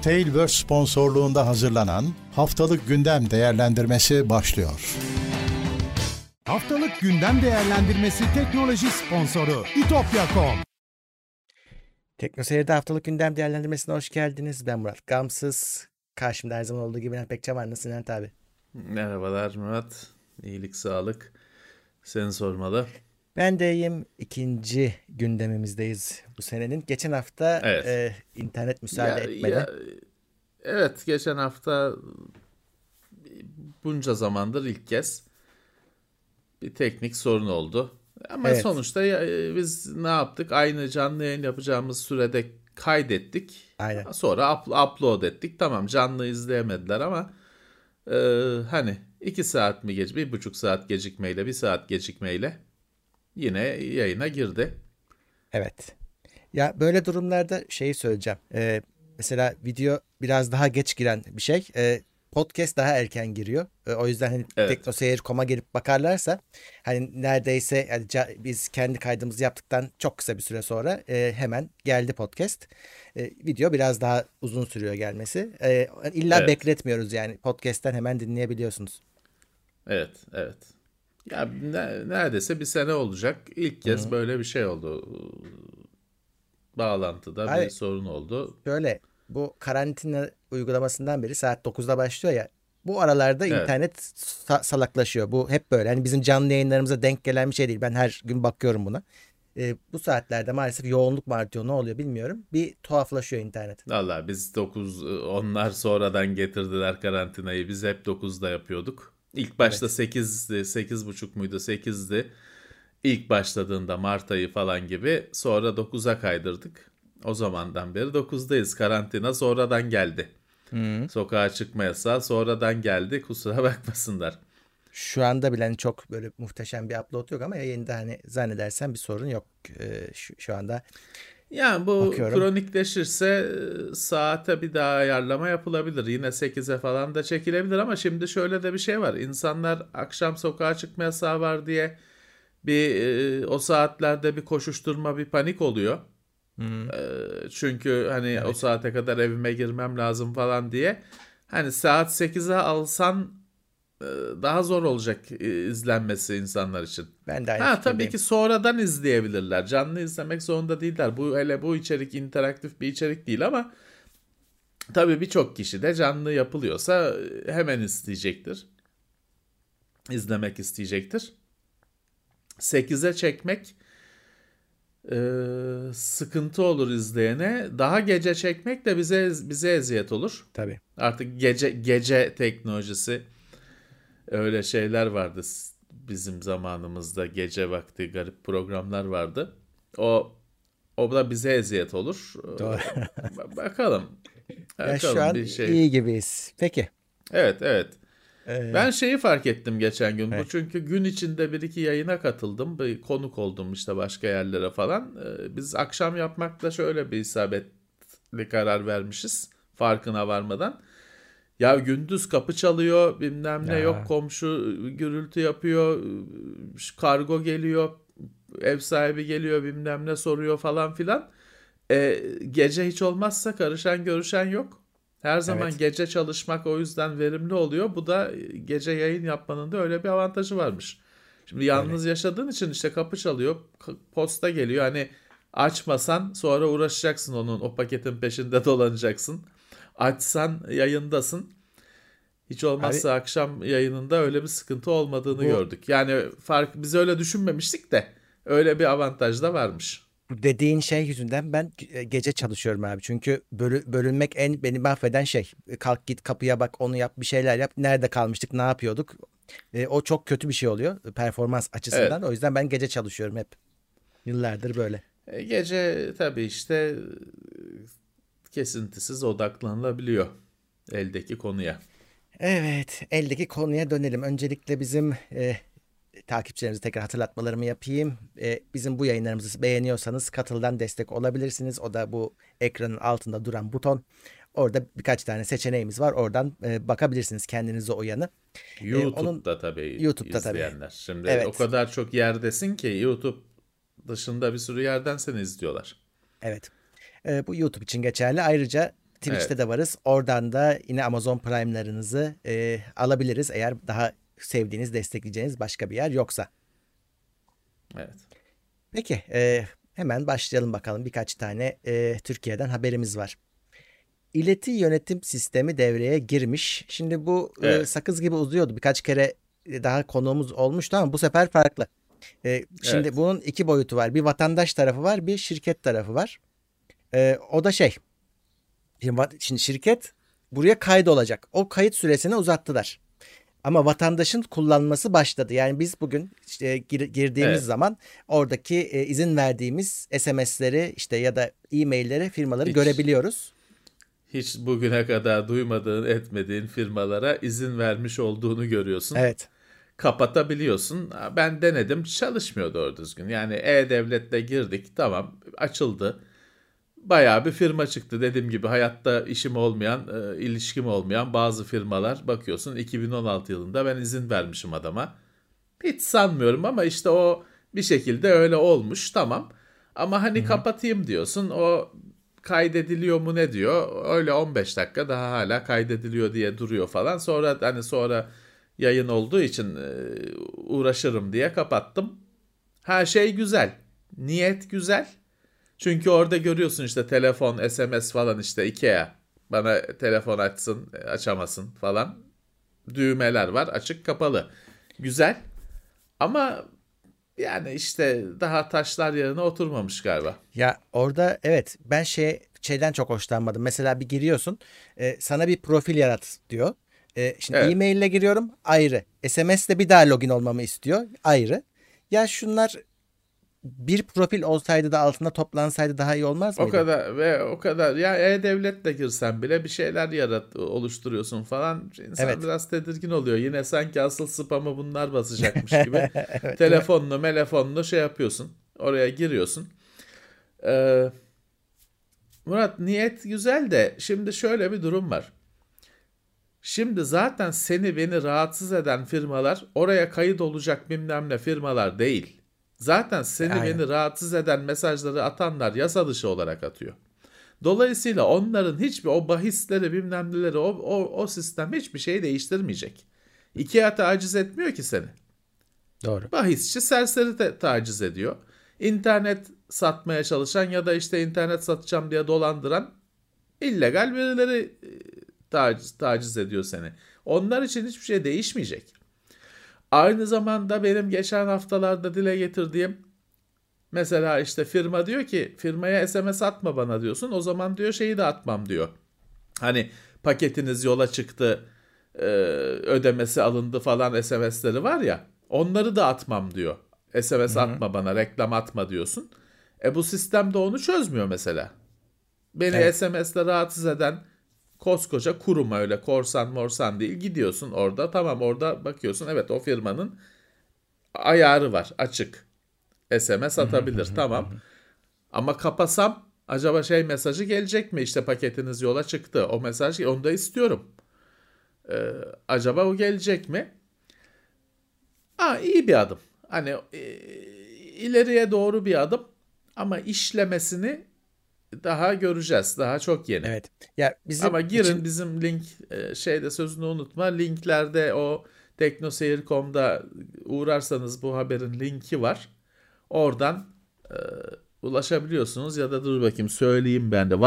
Tailverse sponsorluğunda hazırlanan Haftalık Gündem Değerlendirmesi başlıyor. Haftalık Gündem Değerlendirmesi teknoloji sponsoru itopya.com. Teknoseyir'de Haftalık Gündem Değerlendirmesi'ne hoş geldiniz. Ben Murat Gamsız. Karşımda her zaman olduğu gibi Levent Pekcan var. Nasılsın Levent abi? Merhabalar Murat. İyilik, sağlık. Seni sormalı. Ben de iyiyim. İkinci gündemimizdeyiz bu senenin. Geçen hafta Evet. internet müsaade etmedi. Evet, geçen hafta bunca zamandır ilk kez bir teknik sorun oldu. Ama Evet. sonuçta biz ne yaptık? Aynı canlı yayın yapacağımız sürede kaydettik. Aynen. Sonra upload ettik. Tamam, canlı izleyemediler ama hani 2 saat mi 1,5 saat gecikmeyle, 1 saat gecikmeyle yine yayına girdi. Evet. Ya böyle durumlarda şeyi söyleyeceğim. Mesela video biraz daha geç giren bir şey. Podcast daha erken giriyor. O yüzden hani Evet. teknoseyir.com'a gelip bakarlarsa hani neredeyse yani biz kendi kaydımızı yaptıktan çok kısa bir süre sonra hemen geldi podcast. Video biraz daha uzun sürüyor gelmesi. İlla Evet. bekletmiyoruz yani. Podcast'ten hemen dinleyebiliyorsunuz. Evet. Ya neredeyse bir sene olacak. İlk kez böyle bir şey oldu. Bağlantıda Abi, bir sorun oldu. şöyle bu karantina uygulamasından beri saat 9'da başlıyor ya. Bu aralarda Evet. internet salaklaşıyor. Bu hep böyle. Hani bizim canlı yayınlarımıza denk gelen bir şey değil. Ben her gün bakıyorum buna. Bu saatlerde maalesef yoğunluk mu artıyor, ne oluyor bilmiyorum. Bir tuhaflaşıyor internet. Vallahi biz onlar sonradan getirdiler karantinayı. Biz hep 9'da yapıyorduk. İlk başta Evet. 8'di, 8.30 muydu? 8'di. İlk başladığında Mart ayı falan gibi, sonra 9'a kaydırdık. O zamandan beri 9'dayız. Karantina sonradan geldi. Hı. Sokağa çıkma yasağı sonradan geldi. Kusura bakmasınlar. Şu anda bile hani çok böyle muhteşem bir upload yok ama yayında hani zannedersem bir sorun yok. Şu anda Yani bu bakıyorum. kronikleşirse saate bir daha ayarlama yapılabilir. Yine 8'e falan da çekilebilir ama şimdi şöyle de bir şey var. İnsanlar akşam sokağa çıkma yasağı var diye o saatlerde bir koşuşturma, bir panik oluyor. Hı. Çünkü hani o Evet. saate kadar evime girmem lazım falan diye. Hani saat 8'e alsan daha zor olacak izlenmesi insanlar için. Ben de aynı Ha, tabii fikirdeyim. ki sonradan izleyebilirler. Canlı izlemek zorunda değiller. Bu içerik interaktif bir içerik değil ama tabii birçok kişi de canlı yapılıyorsa hemen isteyecektir. İzlemek isteyecektir. 8'e çekmek sıkıntı olur izleyene. Daha gece çekmek de bize eziyet olur. Tabii. Artık gece teknolojisi, öyle şeyler vardı bizim zamanımızda, gece vakti garip programlar vardı. O da bize eziyet olur. Doğru. Bakalım. Ya şu Bakalım an bir şey. iyi gibiyiz. Peki. Evet. Ee, Ben şeyi fark ettim geçen gün. Bu evet. çünkü gün içinde bir iki yayına katıldım. Bir konuk oldum işte başka yerlere falan. Biz akşam yapmakla şöyle bir isabetli karar vermişiz, farkına varmadan. Ya gündüz kapı çalıyor, bilmem ne, yok Ya, komşu gürültü yapıyor, kargo geliyor, ev sahibi geliyor, bilmem ne soruyor falan filan. Gece hiç olmazsa karışan görüşen yok. Her zaman evet. gece çalışmak o yüzden verimli oluyor. Bu da gece yayın yapmanın da öyle bir avantajı varmış. Şimdi Öyle. yalnız yaşadığın için işte kapı çalıyor, posta geliyor. Hani açmasan sonra uğraşacaksın, o paketin peşinde dolanacaksın. Açsan yayındasın. Hiç Abi olmazsa akşam yayınında öyle bir sıkıntı olmadığını bu gördük. Yani biz öyle düşünmemiştik de öyle bir avantaj da varmış. dediğin şey yüzünden ben gece çalışıyorum abi. Çünkü bölünmek beni mahveden şey. Kalk git kapıya bak, onu yap, bir şeyler yap. Nerede kalmıştık, ne yapıyorduk? O çok kötü bir şey oluyor performans açısından. Evet. O yüzden ben gece çalışıyorum hep. Yıllardır böyle. Gece tabii işte kesintisiz odaklanılabiliyor eldeki konuya. Evet, eldeki konuya dönelim. Öncelikle bizim takipçilerimize tekrar hatırlatmalarımı yapayım. Bizim bu yayınlarımızı beğeniyorsanız Katıl'dan destek olabilirsiniz. O da bu ekranın altında duran buton. Orada birkaç tane seçeneğimiz var. Oradan bakabilirsiniz kendinize uyanı. Onun YouTube'da tabii YouTube'da tabii. izleyenler. Şimdi o Evet, kadar çok yerdesin ki YouTube dışında bir sürü yerden seni izliyorlar. evet. Bu YouTube için geçerli. Ayrıca Twitch'te de varız. Oradan da yine Amazon Prime'larınızı alabiliriz eğer daha sevdiğiniz, destekleyeceğiniz başka bir yer yoksa. Evet. Peki hemen başlayalım bakalım. Birkaç tane Türkiye'den haberimiz var. İleti yönetim sistemi devreye girmiş. Şimdi bu Evet. sakız gibi uzuyordu. Birkaç kere daha konuğumuz olmuştu ama bu sefer farklı. Şimdi Evet. bunun iki boyutu var. Bir vatandaş tarafı var, bir şirket tarafı var. O da şimdi şirket buraya kaydolacak. O kayıt süresini uzattılar. Ama vatandaşın kullanması başladı. Yani biz bugün işte girdiğimiz Evet. zaman oradaki izin verdiğimiz SMS'leri işte ya da e-mailleri, firmaları Hiç görebiliyoruz. hiç bugüne kadar duymadığın, etmediğin firmalara izin vermiş olduğunu görüyorsun. Evet. Kapatabiliyorsun. Ben denedim, çalışmıyor doğru düzgün. Yani E-Devlet'te girdik, tamam, açıldı. Bayağı bir firma çıktı. Dediğim gibi hayatta işim olmayan, ilişkim olmayan bazı firmalar, bakıyorsun 2016 yılında ben izin vermişim adama. Hiç sanmıyorum ama işte o bir şekilde öyle olmuş, tamam. Ama hani kapatayım diyorsun, o kaydediliyor mu ne diyor? Öyle 15 dakika daha hala kaydediliyor diye duruyor falan. Sonra yayın olduğu için uğraşırım diye kapattım. Her şey güzel. Niyet güzel. Çünkü orada görüyorsun işte telefon, SMS falan, işte IKEA bana telefon açsın, açamasın falan. Düğmeler var, açık kapalı. Güzel ama yani işte daha taşlar yerine oturmamış galiba. Ya orada evet ben şeyden çok hoşlanmadım. Mesela bir giriyorsun sana bir profil yarat diyor. Şimdi Evet. e-mail ile giriyorum ayrı. SMS'le bir daha login olmamı istiyor ayrı. Ya şunlar bir profil olsaydı da altında toplansaydı daha iyi olmaz O mıydı? kadar ve o kadar, ya E-Devlet'le girsen bile bir şeyler oluşturuyorsun falan. İnsan Evet. biraz tedirgin oluyor. Yine sanki asıl spamı bunlar basacakmış gibi. Evet, değil mi? Telefonlu şey yapıyorsun. Oraya giriyorsun. Ee, Murat, niyet güzel de şimdi şöyle bir durum var. Şimdi zaten seni beni rahatsız eden firmalar oraya kayıt olacak bilmem ne firmalar değil. Zaten seni Aynen. beni rahatsız eden mesajları atanlar yasa dışı olarak atıyor. Dolayısıyla onların hiçbir o bahisleri bilmem neleri o sistem hiçbir şey değiştirmeyecek. IKEA taciz etmiyor ki seni. Doğru. Bahisçi serseri taciz ediyor. İnternet satmaya çalışan ya da işte internet satacağım diye dolandıran illegal birileri taciz ediyor seni. Onlar için hiçbir şey değişmeyecek. Aynı zamanda benim geçen haftalarda dile getirdiğim, mesela işte firma diyor ki firmaya SMS atma bana diyorsun. O zaman diyor şeyi de atmam diyor. Hani paketiniz yola çıktı, ödemesi alındı falan SMS'leri var ya, onları da atmam diyor. SMS atma bana, reklam atma diyorsun. Bu sistem de onu çözmüyor mesela. Beni Evet. SMS'le rahatsız eden koskoca kurum, öyle korsan morsan değil. Gidiyorsun orada, tamam, orada bakıyorsun, evet o firmanın ayarı var, açık. SMS atabilir, tamam. Ama kapasam acaba şey mesajı gelecek mi? İşte paketiniz yola çıktı. O mesaj, onu da istiyorum. Acaba o gelecek mi? İyi bir adım. Hani ileriye doğru bir adım ama işlemesini daha göreceğiz. Daha çok yeni. Evet. Ya bizim Ama girin için bizim link, şeyde sözünü unutma. Linklerde o teknoseyir.com'da uğrarsanız bu haberin linki var. Oradan ulaşabiliyorsunuz ya da dur bakayım söyleyeyim ben de.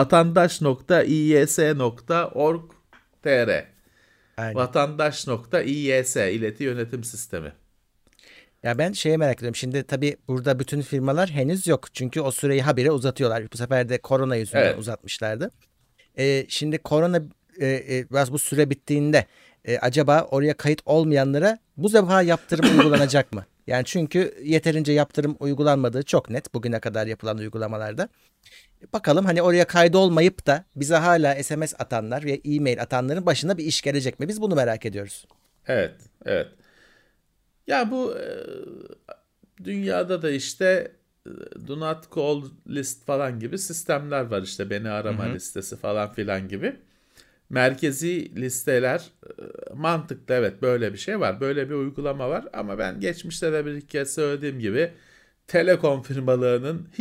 vatandaş.iys.org.tr aynen. vatandaş.iys İleti Yönetim Sistemi. Ya ben merak ediyorum. Şimdi tabii burada bütün firmalar henüz yok. Çünkü o süreyi habire uzatıyorlar. Bu sefer de korona yüzünden Evet. uzatmışlardı. Şimdi korona biraz bu süre bittiğinde acaba oraya kayıt olmayanlara bu sefer yaptırım uygulanacak mı? Yani çünkü yeterince yaptırım uygulanmadığı çok net bugüne kadar yapılan uygulamalarda. Bakalım hani oraya kaydolmayıp da bize hala SMS atanlar ve e-mail atanların başına bir iş gelecek mi? Biz bunu merak ediyoruz. Evet. Evet. Ya bu dünyada da işte do not call list falan gibi sistemler var, işte beni arama listesi falan filan gibi. Merkezi listeler mantıklı, evet, böyle bir şey var, böyle bir uygulama var ama ben geçmişte de bir iki kez söylediğim gibi telekom firmalarının hiç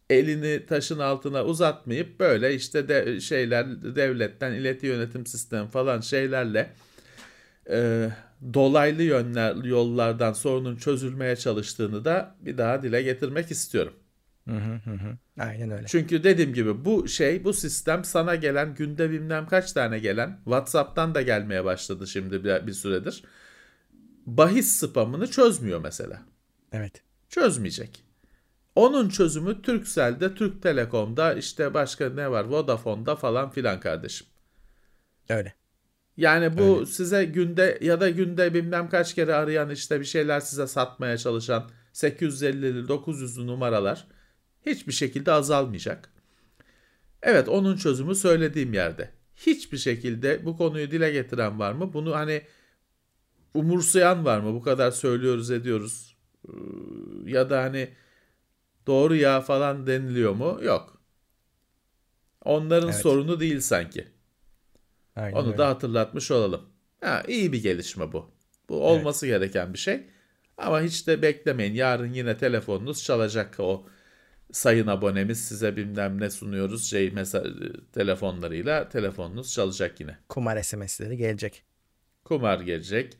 elini taşın altına uzatmayıp böyle işte devletten ileti yönetim sistemi falan şeylerle dolaylı yollardan sorunun çözülmeye çalıştığını da bir daha dile getirmek istiyorum. Aynen öyle. Çünkü dediğim gibi bu sistem sana gelen günde bilmem kaç tane gelen WhatsApp'tan da gelmeye başladı şimdi bir süredir. Bahis spamını çözmüyor mesela. Evet. Çözmeyecek. Onun çözümü Turkcell'de, Türk Telekom'da, işte başka ne var, Vodafone'da falan filan kardeşim. Öyle. Yani bu size günde bilmem kaç kere arayan, işte bir şeyler size satmaya çalışan 850'li 900'lü numaralar hiçbir şekilde azalmayacak. Evet, onun çözümü söylediğim yerde. Hiçbir şekilde bu konuyu dile getiren var mı? Bunu hani umursayan var mı? Bu kadar söylüyoruz ediyoruz. Ya da hani doğru ya falan deniliyor mu? Yok. Onların sorunu değil sanki. Aynen Onu öyle. da hatırlatmış olalım. İyi bir gelişme bu. Bu olması gereken bir şey. Ama hiç de beklemeyin. Yarın yine telefonunuz çalacak. O sayın abonemiz size bilmem ne sunuyoruz. Mesela telefonlarıyla telefonunuz çalacak yine. Kumar SMS'leri gelecek. Kumar gelecek.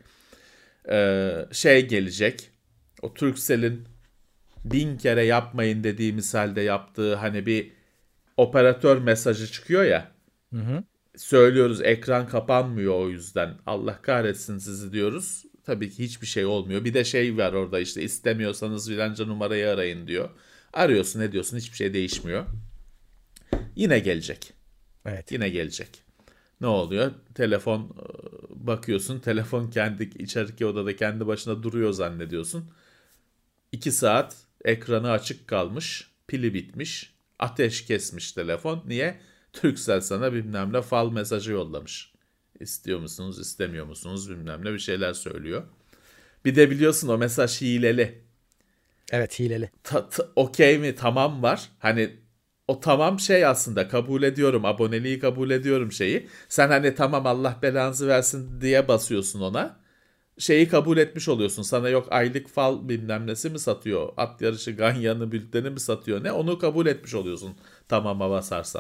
Gelecek. O Turkcell'in 1000 kere yapmayın dediğimiz halde yaptığı hani bir operatör mesajı çıkıyor ya. Söylüyoruz, ekran kapanmıyor o yüzden. Allah kahretsin sizi diyoruz. Tabii ki hiçbir şey olmuyor. Bir de var orada, işte istemiyorsanız filanca numarayı arayın diyor. Arıyorsun, ne diyorsun, hiçbir şey değişmiyor. Yine gelecek. Evet. Yine gelecek. Ne oluyor? Bakıyorsun, telefon içerideki odada kendi başına duruyor zannediyorsun. 2 saat ekranı açık kalmış, pili bitmiş, ateş kesmiş telefon. Niye? Turkcell sana bilmem ne fal mesajı yollamış. İstiyor musunuz, istemiyor musunuz bilmem ne bir şeyler söylüyor. Bir de biliyorsun o mesaj hileli. Evet, hileli. Okey mi, tamam var. Hani o tamam aslında kabul ediyorum, aboneliği kabul ediyorum şeyi. Sen hani tamam Allah belanızı versin diye basıyorsun ona. Kabul etmiş oluyorsun. Sana yok aylık fal bilmem nesi mi satıyor? At yarışı ganyanı bülteni mi satıyor? Ne? Onu kabul etmiş oluyorsun tamama basarsan.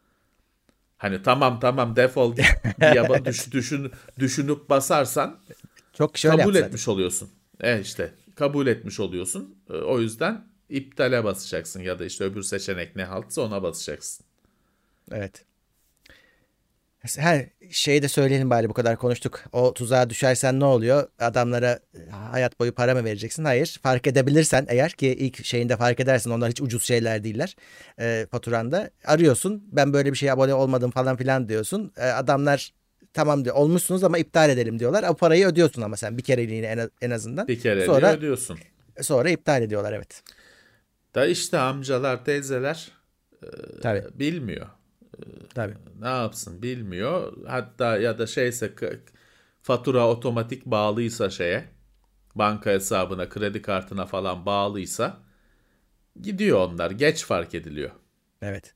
Hani tamam defol git diye düşünüp basarsan Çok şöyle kabul yaptı etmiş oluyorsun. İşte kabul etmiş oluyorsun. O yüzden iptale basacaksın ya da işte öbür seçenek ne haltsa ona basacaksın. Evet. Her şeyi de söyleyelim bari, bu kadar konuştuk. O tuzağa düşersen ne oluyor? Adamlara hayat boyu para mı vereceksin? Hayır. Fark edebilirsen eğer, ki ilk şeyinde fark edersin, onlar hiç ucuz şeyler değiller. Faturanda arıyorsun. Ben böyle bir şeye abone olmadım falan filan diyorsun. Adamlar tamam diyor, olmuşsunuz ama iptal edelim diyorlar. O parayı ödüyorsun ama sen bir kereliğine en azından. Bir kereliğine ödüyorsun. Sonra iptal ediyorlar, evet. Da işte amcalar, teyzeler Tabii. bilmiyor. Tabii. Ne yapsın bilmiyor. Hatta ya da fatura otomatik bağlıysa banka hesabına, kredi kartına falan bağlıysa gidiyor onlar. Geç fark ediliyor. Evet.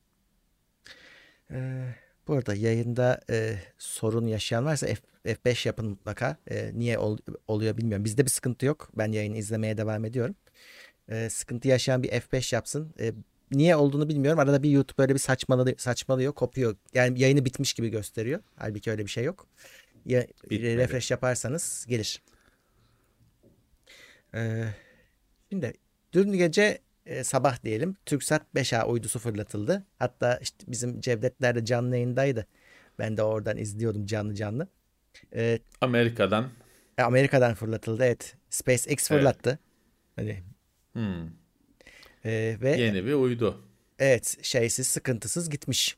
Bu arada yayında sorun yaşayan varsa F5 yapın mutlaka. Niye oluyor bilmiyorum. Bizde bir sıkıntı yok. Ben yayını izlemeye devam ediyorum. Sıkıntı yaşayan bir F5 yapsın. Niye olduğunu bilmiyorum. Arada bir YouTube böyle bir saçmalıyor, kopuyor. Yani yayını bitmiş gibi gösteriyor. Halbuki öyle bir şey yok. Refresh yaparsanız gelir. Şimdi dün gece sabah diyelim, Turkcell 5A uydusu fırlatıldı. Hatta işte bizim Cevdetler de canlı yayındaydı. Ben de oradan izliyordum canlı. Amerika'dan fırlatıldı, evet. SpaceX fırlattı. Hani. Ve yeni bir uydu. Evet, sıkıntısız gitmiş.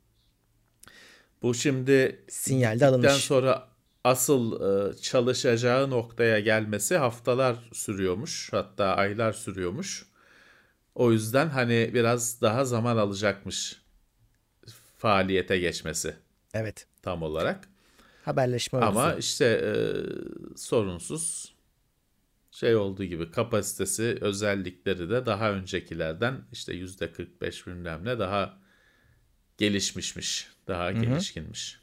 Bu şimdi sinyalde alınmış. Sonra asıl çalışacağı noktaya gelmesi haftalar sürüyormuş. Hatta aylar sürüyormuş. O yüzden hani biraz daha zaman alacakmış faaliyete geçmesi. Evet. Tam olarak. Haberleşme uydusu. Ama işte sorunsuz olduğu gibi kapasitesi, özellikleri de daha öncekilerden işte %45 bilmem ne daha gelişmişmiş. Daha gelişkinmiş.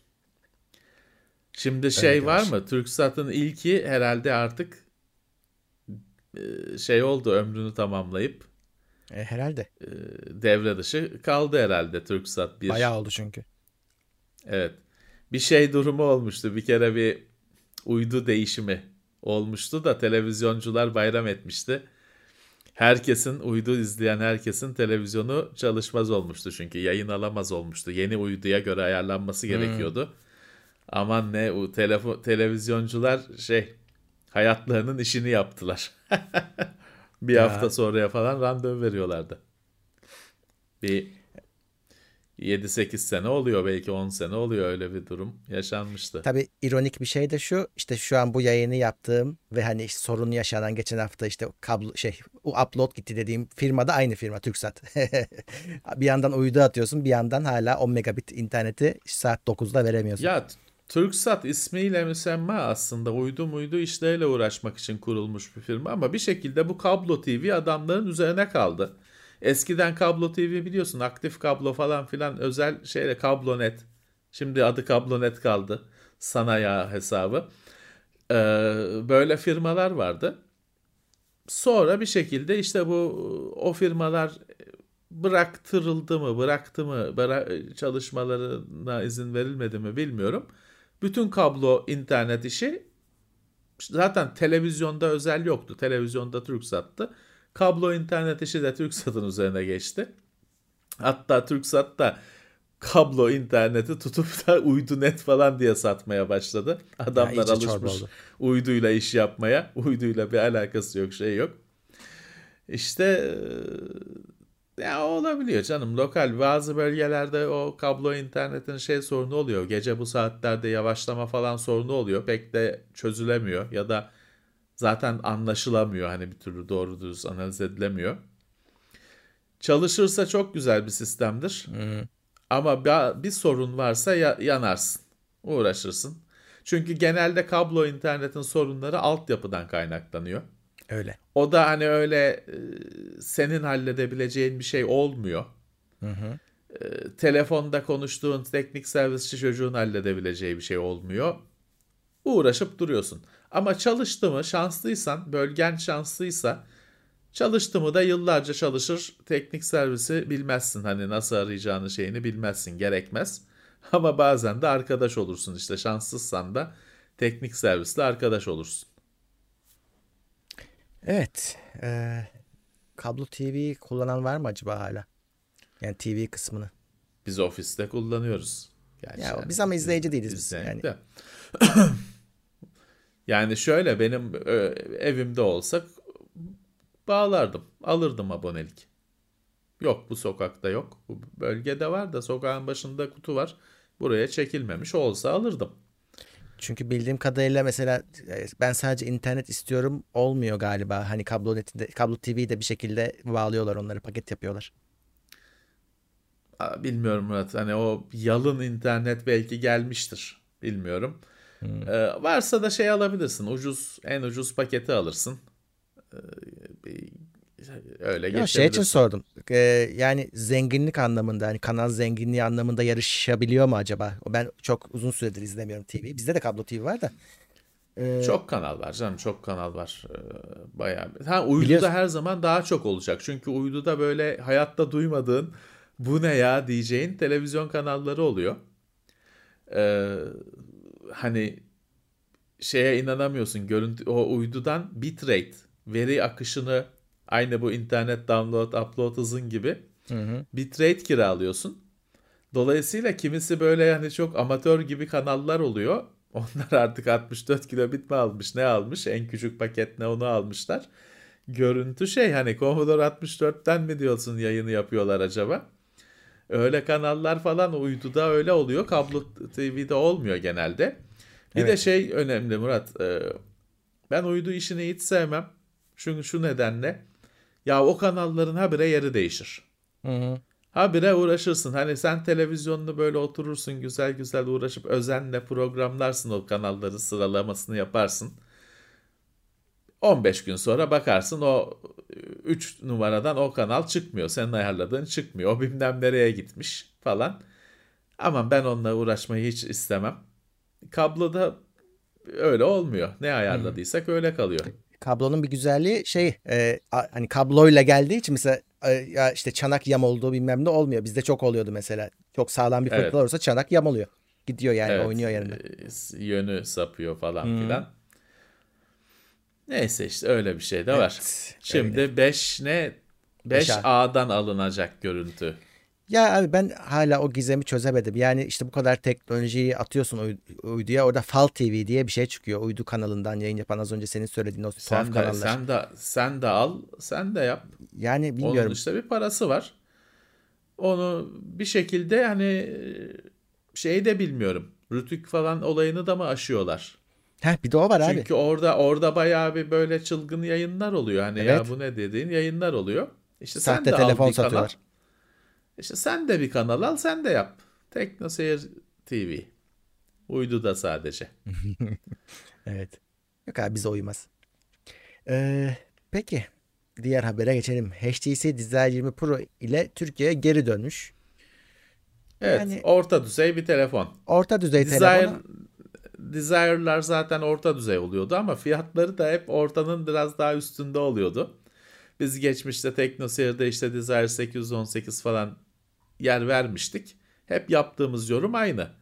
Şimdi var mı? Turkcell'in ilki herhalde artık oldu, ömrünü tamamlayıp Herhalde. Devre dışı kaldı herhalde TürkSat 1. Bayağı oldu çünkü. Evet. Bir şey durumu olmuştu. Bir kere bir uydu değişimi olmuştu da televizyoncular bayram etmişti. Uydu izleyen herkesin televizyonu çalışmaz olmuştu çünkü yayın alamaz olmuştu. Yeni uyduya göre ayarlanması gerekiyordu. Aman ne o televizyoncular hayatlarının işini yaptılar. Bir hafta sonraya falan randevu veriyorlardı. Bir 7-8 sene oluyor, belki 10 sene oluyor, öyle bir durum yaşanmıştı. Tabii ironik bir şey de şu, işte şu an bu yayını yaptığım ve hani işte sorun yaşanan geçen hafta işte kablo upload gitti dediğim firma da aynı firma, TürkSat. Bir yandan uydu atıyorsun, bir yandan hala 10 megabit interneti saat 9'da veremiyorsun. Ya TürkSat ismiyle müsemma aslında uydu işleriyle uğraşmak için kurulmuş bir firma ama bir şekilde bu kablo TV adamların üzerine kaldı. Eskiden kablo TV biliyorsun, aktif kablo falan filan, özel kablonet. Şimdi adı kablonet kaldı. Sanaya hesabı. Böyle firmalar vardı. Sonra bir şekilde işte o firmalar bıraktı mı çalışmalarına izin verilmedi mi bilmiyorum. Bütün kablo internet işi, zaten televizyonda özel yoktu. Televizyonda TürkSat'tı. Kablo internet işi de TürkSat'ın üzerine geçti. Hatta TürkSat da kablo interneti tutup da uydunet falan diye satmaya başladı. Adamlar alışmış uyduyla iş yapmaya. Uyduyla bir alakası yok, yok. İşte ya olabiliyor canım. Lokal bazı bölgelerde o kablo internetin sorunu oluyor. Gece bu saatlerde yavaşlama falan sorunu oluyor. Pek de çözülemiyor ya da zaten anlaşılamıyor. Hani bir türlü doğru dürüst analiz edilemiyor. Çalışırsa çok güzel bir sistemdir. Ama bir sorun varsa yanarsın. Uğraşırsın. Çünkü genelde kablo internetin sorunları altyapıdan kaynaklanıyor. Öyle. O da hani öyle senin halledebileceğin bir şey olmuyor. Telefonda konuştuğun teknik servisçi çocuğun halledebileceği bir şey olmuyor. Uğraşıp duruyorsun. Ama çalıştı mı, şanslıysan, bölgen şanslıysa, çalıştı mı da yıllarca çalışır. Teknik servisi bilmezsin. Hani nasıl arayacağını bilmezsin. Gerekmez. Ama bazen de arkadaş olursun. İşte şanssızsan da teknik servisle arkadaş olursun. Evet. Kablo TV kullanan var mı acaba hala? Yani TV kısmını. Biz ofiste kullanıyoruz. Ya biz ama izleyici değiliz biz. Yani. Yani şöyle, benim evimde olsak bağlardım. Alırdım abonelik. Yok, bu sokakta yok. Bu bölgede var da sokağın başında kutu var. Buraya çekilmemiş olsa alırdım. Çünkü bildiğim kadarıyla mesela ben sadece internet istiyorum olmuyor galiba. Hani kablo TV'yi de bir şekilde bağlıyorlar, onları paket yapıyorlar. Bilmiyorum Murat. Hani o yalın internet belki gelmiştir. Bilmiyorum. Varsa da alabilirsin. En ucuz paketi alırsın. Öyle geçebilirsin. Şey için sordum. Yani zenginlik anlamında, hani kanal zenginliği anlamında yarışabiliyor mu acaba? Ben çok uzun süredir izlemiyorum TV. Bizde de kablo TV var da. Çok kanal var canım. Çok kanal var. Bayağı. Uyduda Biliyorsun. her zaman daha çok olacak. Çünkü uyduda böyle hayatta duymadığın, bu ne ya diyeceğin televizyon kanalları oluyor. Hani inanamıyorsun. O uydudan bitrate, veri akışını, aynı bu internet download upload hızın gibi bitrate kiralıyorsun. Dolayısıyla kimisi böyle hani çok amatör gibi kanallar oluyor. Onlar artık 64 kilobit mi almış, ne almış, en küçük paket ne, onu almışlar. Görüntü hani Commodore 64'ten mi diyorsun yayını yapıyorlar acaba? Öyle kanallar falan uyduda öyle oluyor. Kablo TV'de olmuyor genelde. Bir de önemli Murat. Ben uydu işini hiç sevmem. Çünkü şu nedenle, ya o kanalların habire yeri değişir. Habire uğraşırsın. Hani sen televizyonunu böyle oturursun, güzel güzel uğraşıp özenle programlarsın, o kanalları sıralamasını yaparsın. 15 gün sonra bakarsın o 3 numaradan o kanal çıkmıyor. Senin ayarladığın çıkmıyor. O bilmem nereye gitmiş falan. Aman ben onunla uğraşmayı hiç istemem. Kabloda öyle olmuyor. Ne ayarladıysak öyle kalıyor. Kablonun bir güzelliği hani kabloyla geldiği için mesela ya işte çanak yam olduğu bilmem ne olmuyor. Bizde çok oluyordu mesela. Çok sağlam bir Evet. fırtına olursa çanak yam oluyor. Gidiyor yani, Evet, oynuyor yerinde. yönü sapıyor falan filan. Neyse işte öyle bir şey de var. Evet, Şimdi 5 ne? 5A. 5A'dan alınacak görüntü. Ya abi ben hala o gizemi çözemedim. Yani işte bu kadar teknolojiyi atıyorsun uyduya. Orada Fal TV diye bir şey çıkıyor. Uydu kanalından yayın yapan, az önce senin söylediğin o tuhaf Sen de kanallar. sen de al, sen de yap. Yani Onun bilmiyorum. işte bir parası var. Onu bir şekilde hani şeyi de bilmiyorum. Rütük falan olayını da mı aşıyorlar? Heh, bir de o var abi. Çünkü orada bayağı bir böyle çılgın yayınlar oluyor. Hani ya Evet. bu ne dediğin yayınlar oluyor. İşte sen Sahte de al telefon bir kanal. satıyorlar. İşte sen de bir kanal al, sen de yap. TeknoSeyir TV. Uydu da sadece. Evet. Yok abi, bize uymaz. Peki. Diğer habere geçelim. HTC Desire 20 Pro ile Türkiye'ye geri dönmüş. Evet, Yani orta düzey bir telefon. orta düzey telefonu. Desire'lar zaten orta düzey oluyordu ama fiyatları da hep ortanın biraz daha üstünde oluyordu. Biz geçmişte TeknoSeyir'de işte Desire 818 falan yer vermiştik. Hep yaptığımız yorum aynı.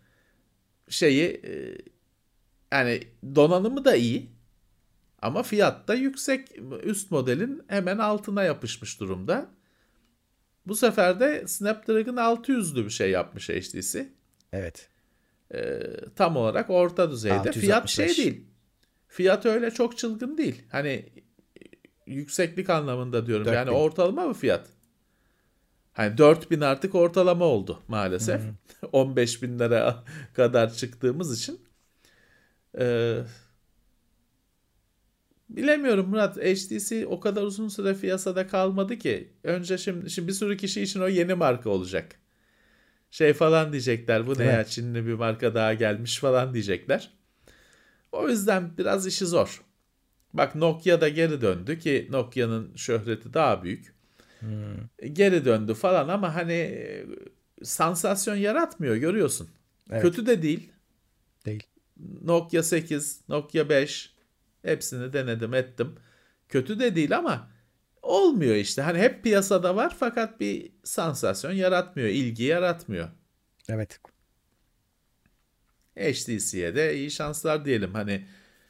Yani donanımı da iyi ama fiyat da yüksek. Üst modelin hemen altına yapışmış durumda. Bu sefer de Snapdragon 600'lü bir şey yapmış HTC. Evet. Tam olarak orta düzeyde. Fiyat 665. değil. Fiyat öyle çok çılgın değil. Hani yükseklik anlamında diyorum. 4000. Yani ortalama bir fiyat. Hani 4000 artık ortalama oldu maalesef. 15 bin lira kadar çıktığımız için. Bilemiyorum Murat. HTC o kadar uzun süre piyasada kalmadı ki. Önce şimdi bir sürü kişi için o yeni marka olacak. Şey falan diyecekler. Bu ne Değil mi? ya, Çinli bir marka daha gelmiş falan diyecekler. O yüzden biraz işi zor. Bak Nokia da geri döndü ki Nokia'nın şöhreti daha büyük. Geri döndü falan ama hani sansasyon yaratmıyor, görüyorsun. Evet. Kötü de değil. Değil. Nokia 8, Nokia 5 hepsini denedim ettim. Kötü de değil ama olmuyor işte. Hani hep piyasada var fakat bir sansasyon yaratmıyor, ilgi yaratmıyor. Evet. HTC'ye de iyi şanslar diyelim. Hani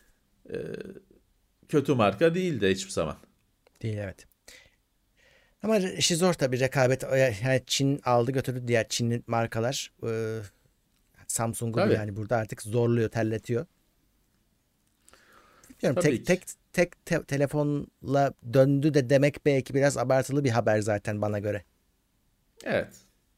kötü marka değil de hiçbir zaman. Değil, evet. Ama işi zor tabii, rekabet. Yani Çin aldı götürdü diğer Çinli markalar. Samsung'u Tabii. yani burada artık zorluyor, terletiyor. Bilmiyorum, Tabii tek telefonla döndü de demek belki biraz abartılı bir haber zaten bana göre. Evet.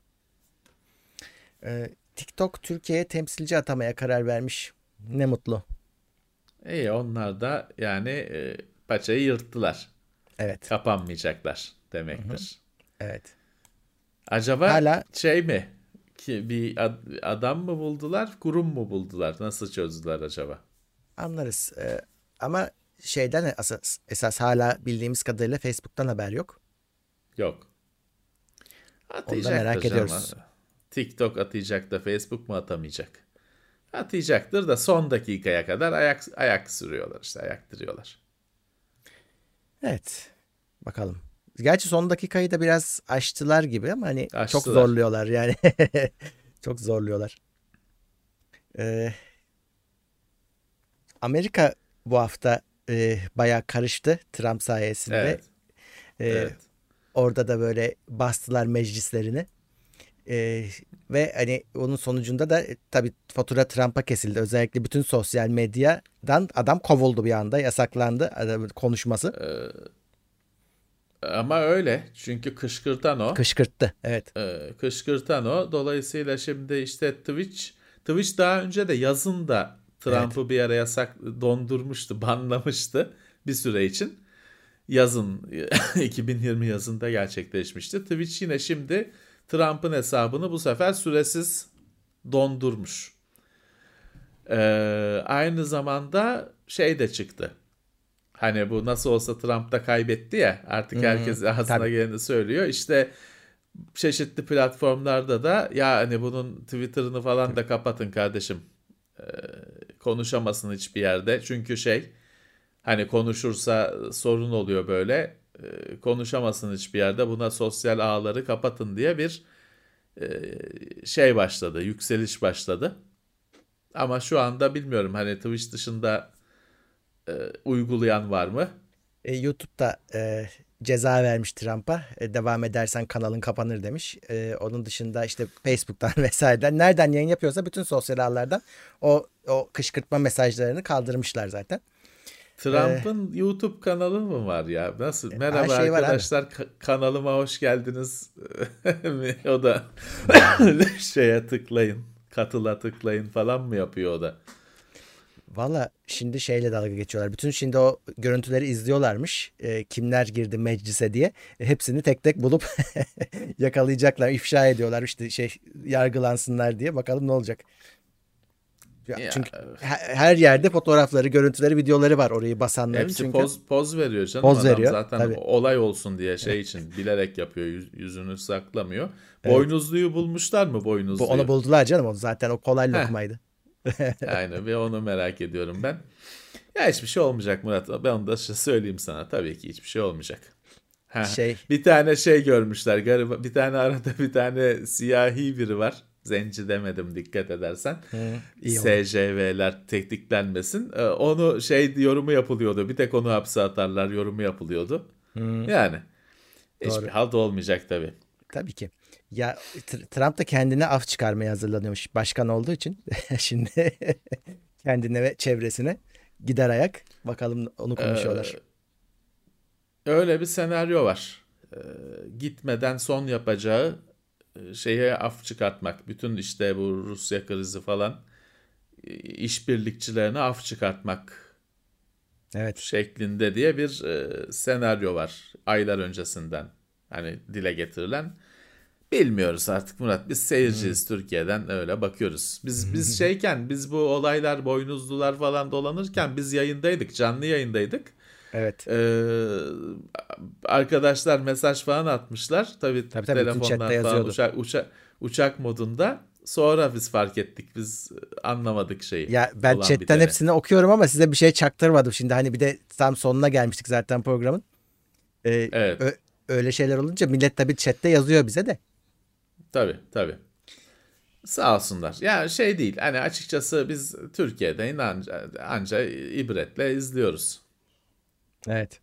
TikTok Türkiye'ye temsilci atamaya karar vermiş. Ne mutlu. İyi, onlar da yani paçayı yırttılar. Evet. Kapanmayacaklar demektir. Evet. Acaba Hala şey mi? Ki bir adam mı buldular, kurum mu buldular? Nasıl çözdüler acaba? anlarız. Ama şeyden esas hala bildiğimiz kadarıyla Facebook'tan haber yok. Yok. Onu da merak Atacaktır canım. ediyoruz. TikTok atacak da Facebook mu atamayacak? Atacaktır da son dakikaya kadar ayak sürüyorlar işte, ayaktırıyorlar. Evet. Bakalım. Gerçi son dakikayı da biraz aştılar gibi ama hani çok Açtılar. zorluyorlar yani. Çok zorluyorlar. Amerika bu hafta bayağı karıştı Trump sayesinde. Evet. Evet. Orada da böyle bastılar meclislerini. Ve hani onun sonucunda da tabii fatura Trump'a kesildi. Özellikle bütün sosyal medyadan adam kovuldu bir anda. Yasaklandı adamın konuşması. Ama öyle. Çünkü kışkırtan o. Kışkırttı. Evet. Kışkırtan o. Dolayısıyla şimdi işte Twitch daha önce de yazın da Trump'ı bir ara dondurmuştu, banlamıştı bir süre için. Yazın 2020 yazında gerçekleşmişti. Twitch yine şimdi Trump'ın hesabını bu sefer süresiz dondurmuş. Aynı zamanda şey de çıktı. Hani bu nasıl olsa Trump da kaybetti ya, artık herkes ağzına tabii. geleni söylüyor. İşte çeşitli platformlarda da ya hani bunun Twitter'ını falan da kapatın kardeşim. Konuşamasın hiçbir yerde. Çünkü hani konuşursa sorun oluyor böyle. konuşamasın hiçbir yerde, buna sosyal ağları kapatın diye bir şey başladı, yükseliş başladı. Ama şu anda bilmiyorum, hani Twitch dışında uygulayan var mı? YouTube'da ceza vermiş Trump'a. Devam edersen kanalın kapanır demiş. Onun dışında işte Facebook'tan vesaireden nereden yayın yapıyorsa bütün sosyal ağlardan o kışkırtma mesajlarını kaldırmışlar zaten. Trump'ın YouTube kanalı mı var ya? Nasıl? Merhaba şey arkadaşlar, kanalıma hoş geldiniz. O da şeye tıklayın, katıla tıklayın falan mı yapıyor o da? Valla şimdi şeyle dalga geçiyorlar. Bütün şimdi o görüntüleri izliyorlarmış. Kimler girdi meclise diye. Hepsini tek tek bulup yakalayacaklar, ifşa ediyorlar. İşte yargılansınlar diye. Bakalım ne olacak. Çünkü her yerde fotoğrafları, görüntüleri, videoları var orayı basanlar. Hepsi çünkü. poz veriyor canım. Poz Adam veriyor, zaten tabii. olay olsun diye şey için bilerek yapıyor. Yüzünü saklamıyor. Evet. Boynuzluyu bulmuşlar mı, boynuzluyu? Onu buldular canım. O zaten o kolay lokmaydı. Aynen, ve onu merak ediyorum ben. Ya hiçbir şey olmayacak Murat. Ben onu da söyleyeyim sana. Tabii ki hiçbir şey olmayacak. Bir tane şey görmüşler. Gariba, bir tane arada bir tane siyahi biri var. Zenci demedim dikkat edersen. SJV'ler tetiklenmesin. Onu yorumu yapılıyordu. Bir tek onu hapse atarlar yorumu yapılıyordu. Yani hiçbir halt olmayacak tabii. Tabii ki. Ya Trump da kendine af çıkarmaya hazırlanıyormuş başkan olduğu için. Şimdi kendine ve çevresine gider ayak. Bakalım onu konuşuyorlar. Öyle bir senaryo var. Gitmeden son yapacağı şeye af çıkartmak. Bütün işte bu Rusya krizi falan işbirlikçilerine af çıkartmak şeklinde diye bir senaryo var aylar öncesinden. Hani dile getirilen. Bilmiyoruz artık Murat. Biz seyirciyiz, Türkiye'den öyle bakıyoruz. Biz bu olaylar, boynuzlular falan dolanırken biz yayındaydık, canlı yayındaydık. Evet. Arkadaşlar mesaj falan atmışlar. Tabii telefonlar falan uçak modunda. Sonra biz fark ettik. Biz anlamadık şeyi. Ya ben chatten hepsini okuyorum ama size bir şey çaktırmadım. Şimdi hani bir de tam sonuna gelmiştik zaten programın. Evet. Öyle şeyler olunca millet tabii chatte yazıyor bize de. Tabii. Sağ olsunlar. Yani şey değil. Hani açıkçası biz Türkiye'de anca ibretle izliyoruz. Evet.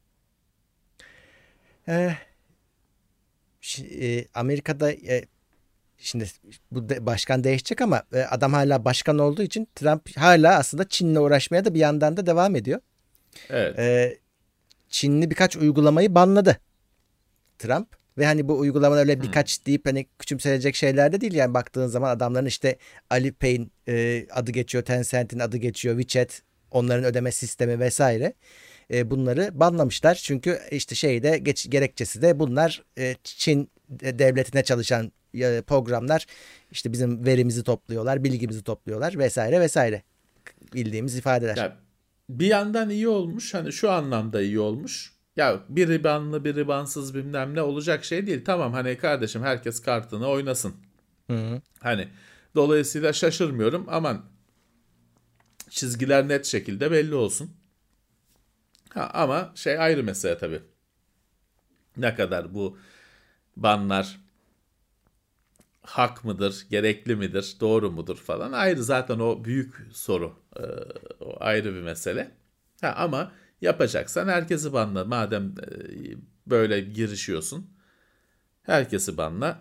Amerika'da şimdi bu başkan değişecek ama adam hala başkan olduğu için Trump hala aslında Çin'le uğraşmaya da bir yandan da devam ediyor. Evet. Çinli birkaç uygulamayı banladı Trump. Ve hani bu uygulamalar öyle birkaç deyip hani küçümsenecek şeyler de değil. Yani baktığın zaman adamların işte Alipay'in adı geçiyor, Tencent'in adı geçiyor, WeChat, onların ödeme sistemi vesaire. Bunları banlamışlar. Çünkü işte gerekçesi de bunlar Çin devletine çalışan programlar. İşte bizim verimizi topluyorlar, bilgimizi topluyorlar vesaire vesaire. Bildiğimiz ifadeler. Ya, bir yandan iyi olmuş. Hani şu anlamda iyi olmuş. Ya biri banlı biri bansız bilmem ne olacak şey değil. Tamam hani kardeşim, herkes kartını oynasın. Hı. Hani dolayısıyla şaşırmıyorum. Aman çizgiler net şekilde belli olsun. Ama ayrı mesele tabii. Ne kadar bu banlar hak mıdır, gerekli midir, doğru mudur falan ayrı, zaten o büyük soru. O ayrı bir mesele. Ama yapacaksan herkesi banla. Madem böyle girişiyorsun, herkesi banla.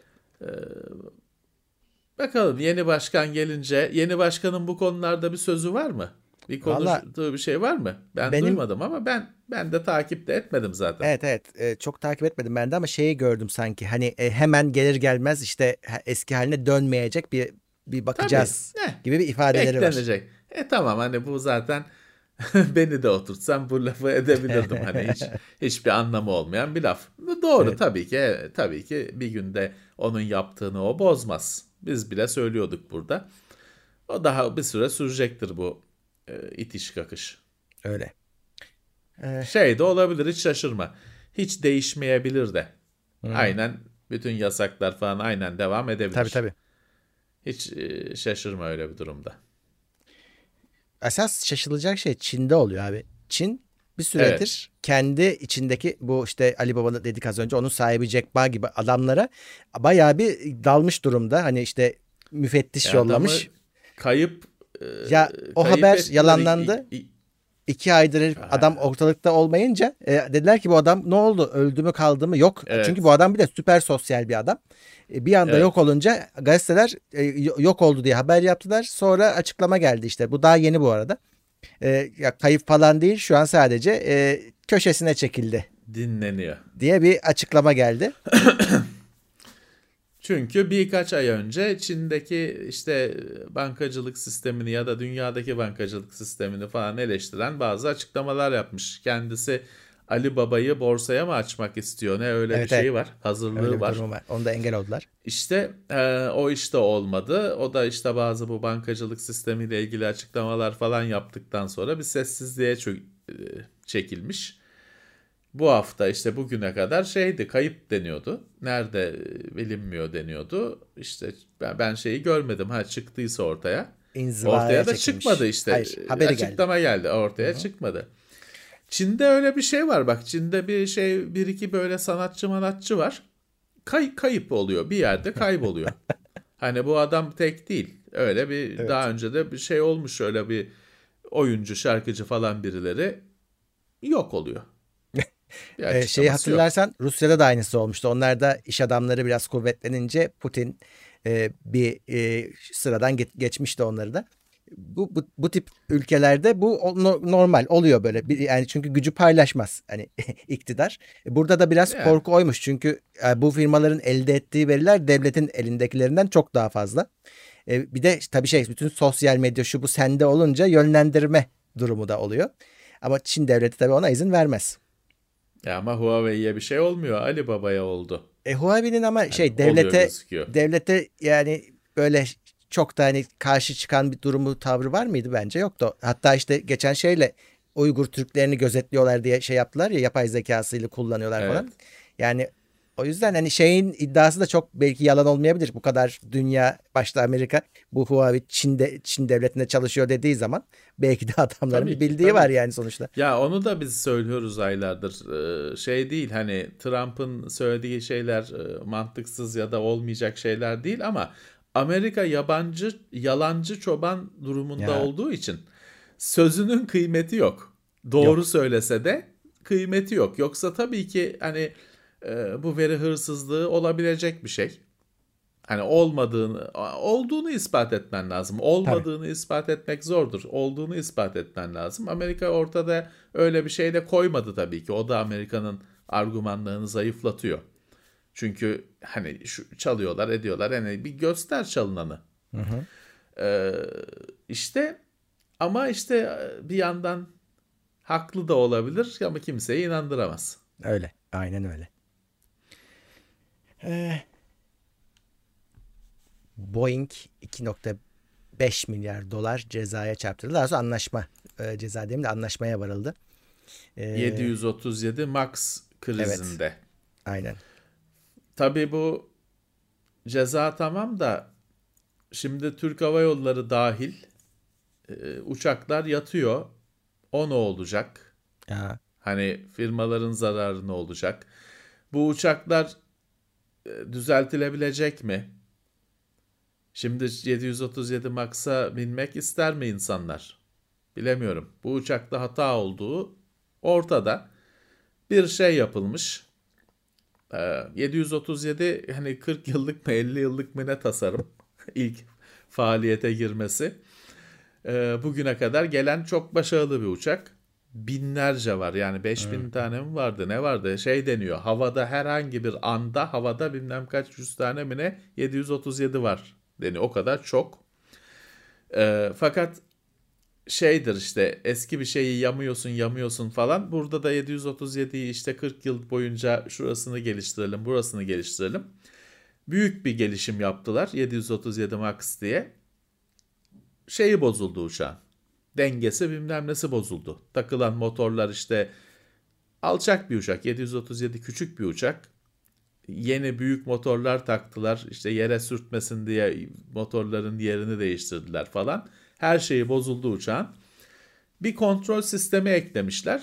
Bakalım yeni başkan gelince, yeni başkanın bu konularda bir sözü var mı? Bir konuştuğu bir şey var mı? Ben duymadım ama ben de takip de etmedim zaten. Evet. Çok takip etmedim ben de ama şeyi gördüm sanki. Hani hemen gelir gelmez işte eski haline dönmeyecek bir bakacağız gibi bir ifadeleri beklenecek. var. Tamam hani bu zaten beni de oturtsam bu lafı edebilirdim. Hani hiçbir anlamı olmayan bir laf. Doğru, evet. Tabii ki bir günde onun yaptığını o bozmaz. Biz bile söylüyorduk burada. O daha bir süre sürecektir bu itiş kakış. Öyle. De olabilir, hiç şaşırma. Hiç değişmeyebilir de. Aynen bütün yasaklar falan aynen devam edebilir. Tabii. Hiç şaşırma öyle bir durumda. Esas şaşılacak şey Çin'de oluyor abi. Çin bir süredir Evet. kendi içindeki bu işte Ali Baba dedik az önce, onun sahibi Jack Ma gibi adamlara bayağı bir dalmış durumda. Hani işte müfettiş Adamı yollamış. kayıp Ya o kayıp haber ettiler. yalanlandı. 2 aydır adam ortalıkta olmayınca dediler ki bu adam ne oldu? Öldü mü kaldı mı? Yok. Evet. Çünkü bu adam bir de süper sosyal bir adam. Bir anda Evet. yok olunca gazeteler yok oldu diye haber yaptılar. Sonra açıklama geldi işte. Bu daha yeni bu arada. Ya kayıp falan değil. Şu an sadece köşesine çekildi Dinleniyor. diye bir açıklama geldi. Çünkü birkaç ay önce Çin'deki işte bankacılık sistemini ya da dünyadaki bankacılık sistemini falan eleştiren bazı açıklamalar yapmış. Kendisi Ali Baba'yı borsaya mı açmak istiyor? Ne öyle Evet, bir şey evet. var. Hazırlığı Öyle bir var. durum var. Onu da engel oldular. İşte o işte olmadı. O da işte bazı bu bankacılık sistemiyle ilgili açıklamalar falan yaptıktan sonra bir sessizliğe çekilmiş. Bu hafta işte bugüne kadar şeydi, kayıp deniyordu. Nerede bilinmiyor deniyordu. İşte ben şeyi görmedim. Ha, çıktıysa ortaya. İnzivaya Ortaya da çekilmiş. çıkmadı işte. Hayır, haberi geldi. Açıklama geldi. Ortaya çıkmadı. Çin'de öyle bir şey var bak. Çin'de bir iki böyle sanatçı var. Kayıp oluyor. Bir yerde kayboluyor. Hani bu adam tek değil. Öyle bir Evet. daha önce de bir şey olmuş, öyle bir oyuncu, şarkıcı falan birileri yok oluyor. Bir açıklaması Şeyi yok. hatırlarsan Rusya'da da aynısı olmuştu. Onlar da iş adamları biraz kuvvetlenince Putin bir sıradan geçmişti onları da. Bu tip ülkelerde bu normal oluyor böyle. Yani çünkü gücü paylaşmaz hani iktidar. Burada da biraz Yani. korku oymuş. Çünkü bu firmaların elde ettiği veriler devletin elindekilerinden çok daha fazla. Bir de tabii bütün sosyal medya şu bu sende olunca yönlendirme durumu da oluyor. Ama Çin devleti tabii ona izin vermez. Ya ama Huawei'ye bir şey olmuyor. Ali Baba'ya oldu. Huawei'nin ama Oluyor gözüküyor. devlete yani böyle çok da hani karşı çıkan bir durumu, tavrı var mıydı? Bence yoktu. Hatta işte geçen Uygur Türklerini gözetliyorlar diye şey yaptılar ya, yapay zekasıyla kullanıyorlar falan. Evet. Yani o yüzden hani şeyin iddiası da çok belki yalan olmayabilir. Bu kadar dünya, başta Amerika, bu Huawei Çin devletinde çalışıyor dediği zaman belki de adamların Tabii bir ki, bildiği tabii var ki. yani sonuçta. Ya onu da biz söylüyoruz aylardır. Şey değil, hani Trump'ın söylediği şeyler mantıksız ya da olmayacak şeyler değil ama Amerika yalancı çoban durumunda Ya. olduğu için sözünün kıymeti yok. Doğru Yok. söylese de kıymeti yok. Yoksa tabii ki hani bu veri hırsızlığı olabilecek bir şey. Hani olduğunu ispat etmen lazım. Olmadığını ispat etmek zordur. Olduğunu ispat etmen lazım. Amerika ortada öyle bir şey de koymadı tabii ki. O da Amerika'nın argümanlarını zayıflatıyor. Çünkü hani çalıyorlar, ediyorlar. Hani bir göster çalınanı. İşte ama işte bir yandan haklı da olabilir ama kimseyi inandıramaz. Öyle. Aynen öyle. Boeing 2.5 milyar dolar cezaya çarptırıldı. Daha sonra ceza demeyeyim de anlaşmaya varıldı. 737 Max krizinde. Evet. Aynen. Tabii bu ceza tamam da şimdi Türk Hava Yolları dahil uçaklar yatıyor. O ne olacak? Ya. Hani firmaların zararı ne olacak? Bu uçaklar düzeltilebilecek mi? Şimdi 737 Max'a binmek ister mi insanlar? Bilemiyorum. Bu uçakta hata olduğu ortada. Bir şey yapılmış. 737 hani 40 yıllık mı 50 yıllık mı ne tasarım ilk faaliyete girmesi. Bugüne kadar gelen çok başarılı bir uçak. Binlerce var, yani 5000 tane mi vardı ne vardı, şey deniyor, havada herhangi bir anda havada bilmem kaç yüz tane mi ne 737 var deniyor, o kadar çok. Fakat şeydir işte, eski bir şeyi yamıyorsun falan. Burada da 737'yi işte 40 yıl boyunca şurasını geliştirelim, burasını geliştirelim. Büyük bir gelişim yaptılar 737 Max diye. Şeyi bozuldu uçağın. Dengesi bilmem nesi bozuldu. Takılan motorlar işte, alçak bir uçak. 737 küçük bir uçak. Yeni büyük motorlar taktılar. İşte yere sürtmesin diye motorların yerini değiştirdiler falan. Her şeyi bozuldu uçağın. Bir kontrol sistemi eklemişler.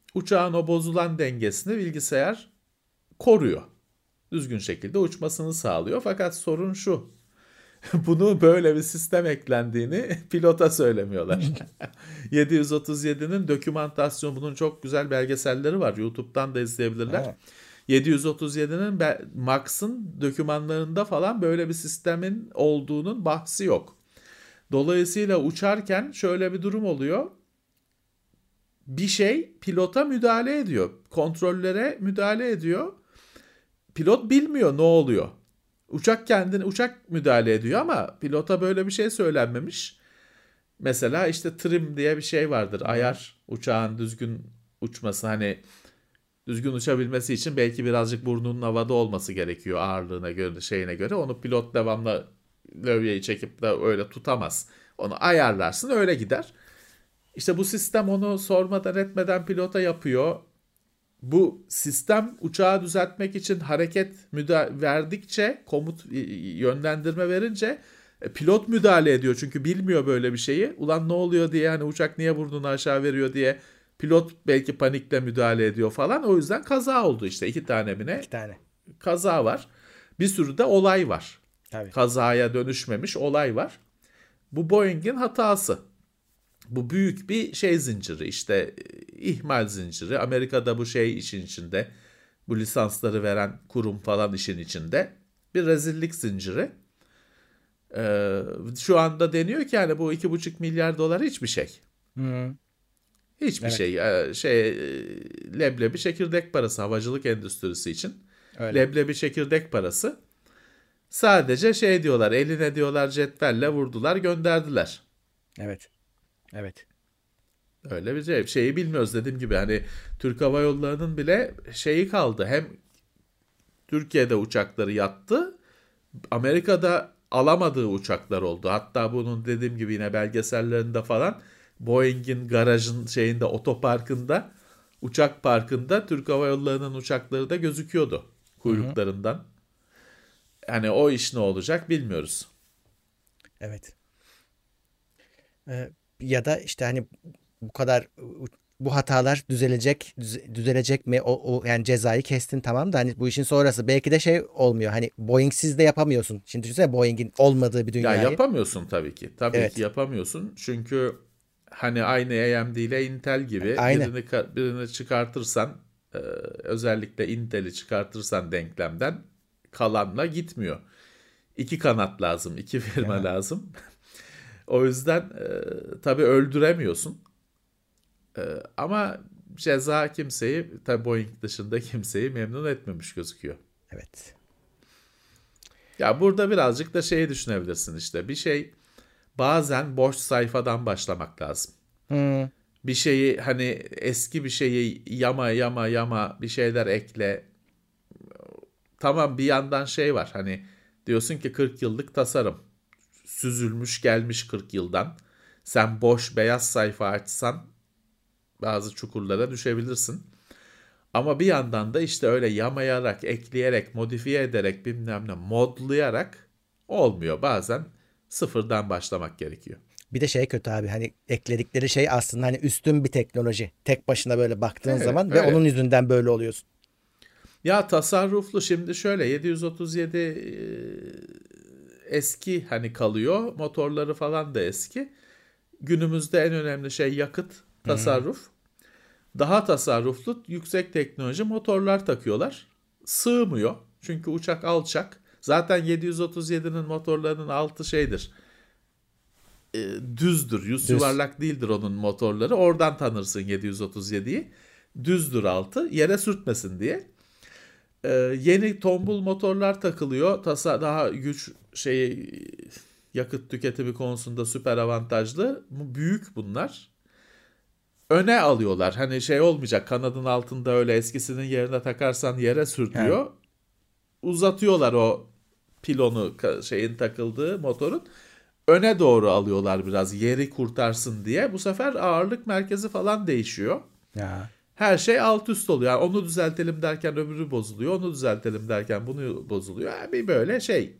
uçağın o bozulan dengesini bilgisayar koruyor. Düzgün şekilde uçmasını sağlıyor. Fakat sorun şu. Bunu böyle bir sistem eklendiğini pilota söylemiyorlar. 737'nin dokümantasyonu, bunun çok güzel belgeselleri var. YouTube'dan da izleyebilirler. Evet. 737'nin Max'ın dokümanlarında falan böyle bir sistemin olduğunun bahsi yok. Dolayısıyla uçarken şöyle bir durum oluyor. Bir şey pilota müdahale ediyor. Kontrollere müdahale ediyor. Pilot bilmiyor ne oluyor. Uçak müdahale ediyor ama pilota böyle bir şey söylenmemiş. Mesela işte trim diye bir şey vardır. Ayar, uçağın düzgün uçması, hani düzgün uçabilmesi için belki birazcık burnunun havada olması gerekiyor ağırlığına göre, şeyine göre. Onu pilot devamlı lövyeyi çekip de öyle tutamaz. Onu ayarlarsın, öyle gider. İşte bu sistem onu sormadan etmeden pilota yapıyor. Bu sistem uçağı düzeltmek için hareket verdikçe, komut yönlendirme verince pilot müdahale ediyor. Çünkü bilmiyor böyle bir şeyi. Ulan ne oluyor diye, hani uçak niye burnunu aşağı veriyor diye pilot belki panikle müdahale ediyor falan. O yüzden kaza oldu işte. 2 tane mi ne? 2 tane. Kaza var. Bir sürü de olay var. Tabii. Kazaya dönüşmemiş olay var. Bu Boeing'in hatası. Bu büyük bir şey zinciri, işte ihmal zinciri. Amerika'da bu şey işin içinde, bu lisansları veren kurum falan işin içinde. Bir rezillik zinciri. Şu anda deniyor ki yani bu 2,5 milyar dolar hiçbir şey. Hı. Hiçbir Evet. şey. Leblebi çekirdek parası havacılık endüstrisi için. Öyle. Leblebi çekirdek parası. Sadece şey diyorlar, eline diyorlar cetvelle vurdular, gönderdiler. Evet. Evet. Öyle bir şey. Şeyi bilmiyoruz, dediğim gibi hani Türk Hava Yolları'nın bile şeyi kaldı. Hem Türkiye'de uçakları yattı, Amerika'da alamadığı uçaklar oldu. Hatta bunun dediğim gibi yine belgesellerinde falan Boeing'in garajın şeyinde, otoparkında, uçak parkında Türk Hava Yolları'nın uçakları da gözüküyordu kuyruklarından. Hani o iş ne olacak bilmiyoruz. Evet. Ya da işte hani bu kadar bu hatalar düzelecek mi? O yani cezayı kestin, tamam da hani bu işin sonrası belki de şey olmuyor. Hani Boeing'siz de yapamıyorsun. Şimdi düşünsene Boeing'in olmadığı bir Ya dünyayı. yapamıyorsun tabii ki. Tabii ki Evet. yapamıyorsun. Çünkü hani aynı AMD ile Intel gibi Aynı. birini çıkartırsan, özellikle Intel'i çıkartırsan denklemden, kalanla gitmiyor. 2 kanat lazım, 2 firma Ya. lazım. O yüzden tabii öldüremiyorsun. Ama ceza kimseyi, tabii Boeing dışında kimseyi memnun etmemiş gözüküyor. Evet. Ya burada birazcık da şeyi düşünebilirsin, işte bir şey bazen boş sayfadan başlamak lazım. Hı. Bir şeyi, hani eski bir şeyi yama bir şeyler ekle. Tamam, bir yandan şey var, hani diyorsun ki 40 yıllık tasarım süzülmüş gelmiş 40 yıldan. Sen boş beyaz sayfa açsan bazı çukurlara düşebilirsin. Ama bir yandan da işte öyle yamayarak, ekleyerek, modifiye ederek, bilmem ne modlayarak olmuyor. Bazen sıfırdan başlamak gerekiyor. Bir de şey kötü abi, hani ekledikleri şey aslında hani üstün bir teknoloji. Tek başına böyle baktığın Evet, zaman ve öyle. onun yüzünden böyle oluyorsun. Ya tasarruflu, şimdi şöyle 737 eski hani kalıyor. Motorları falan da eski. Günümüzde en önemli şey yakıt, tasarruf. Daha tasarruflu, yüksek teknoloji motorlar takıyorlar. Sığmıyor. Çünkü uçak alçak. Zaten 737'nin motorlarının altı şeydir. Düzdür. Yüz Düz. yuvarlak değildir onun motorları. Oradan tanırsın 737'yi. Düzdür altı. Yere sürtmesin diye. Yeni tombul motorlar takılıyor. Daha güç yakıt tüketimi konusunda süper avantajlı. Büyük bunlar. Öne alıyorlar. Hani şey olmayacak. Kanadın altında öyle eskisinin yerine takarsan yere sürtüyor. Evet. Uzatıyorlar o pilonu, şeyin takıldığı motorun. Öne doğru alıyorlar biraz, yeri kurtarsın diye. Bu sefer ağırlık merkezi falan değişiyor. Ya. Her şey alt üst oluyor. Yani onu düzeltelim derken öbürü bozuluyor. Onu düzeltelim derken bunu bozuluyor. Yani bir böyle şey.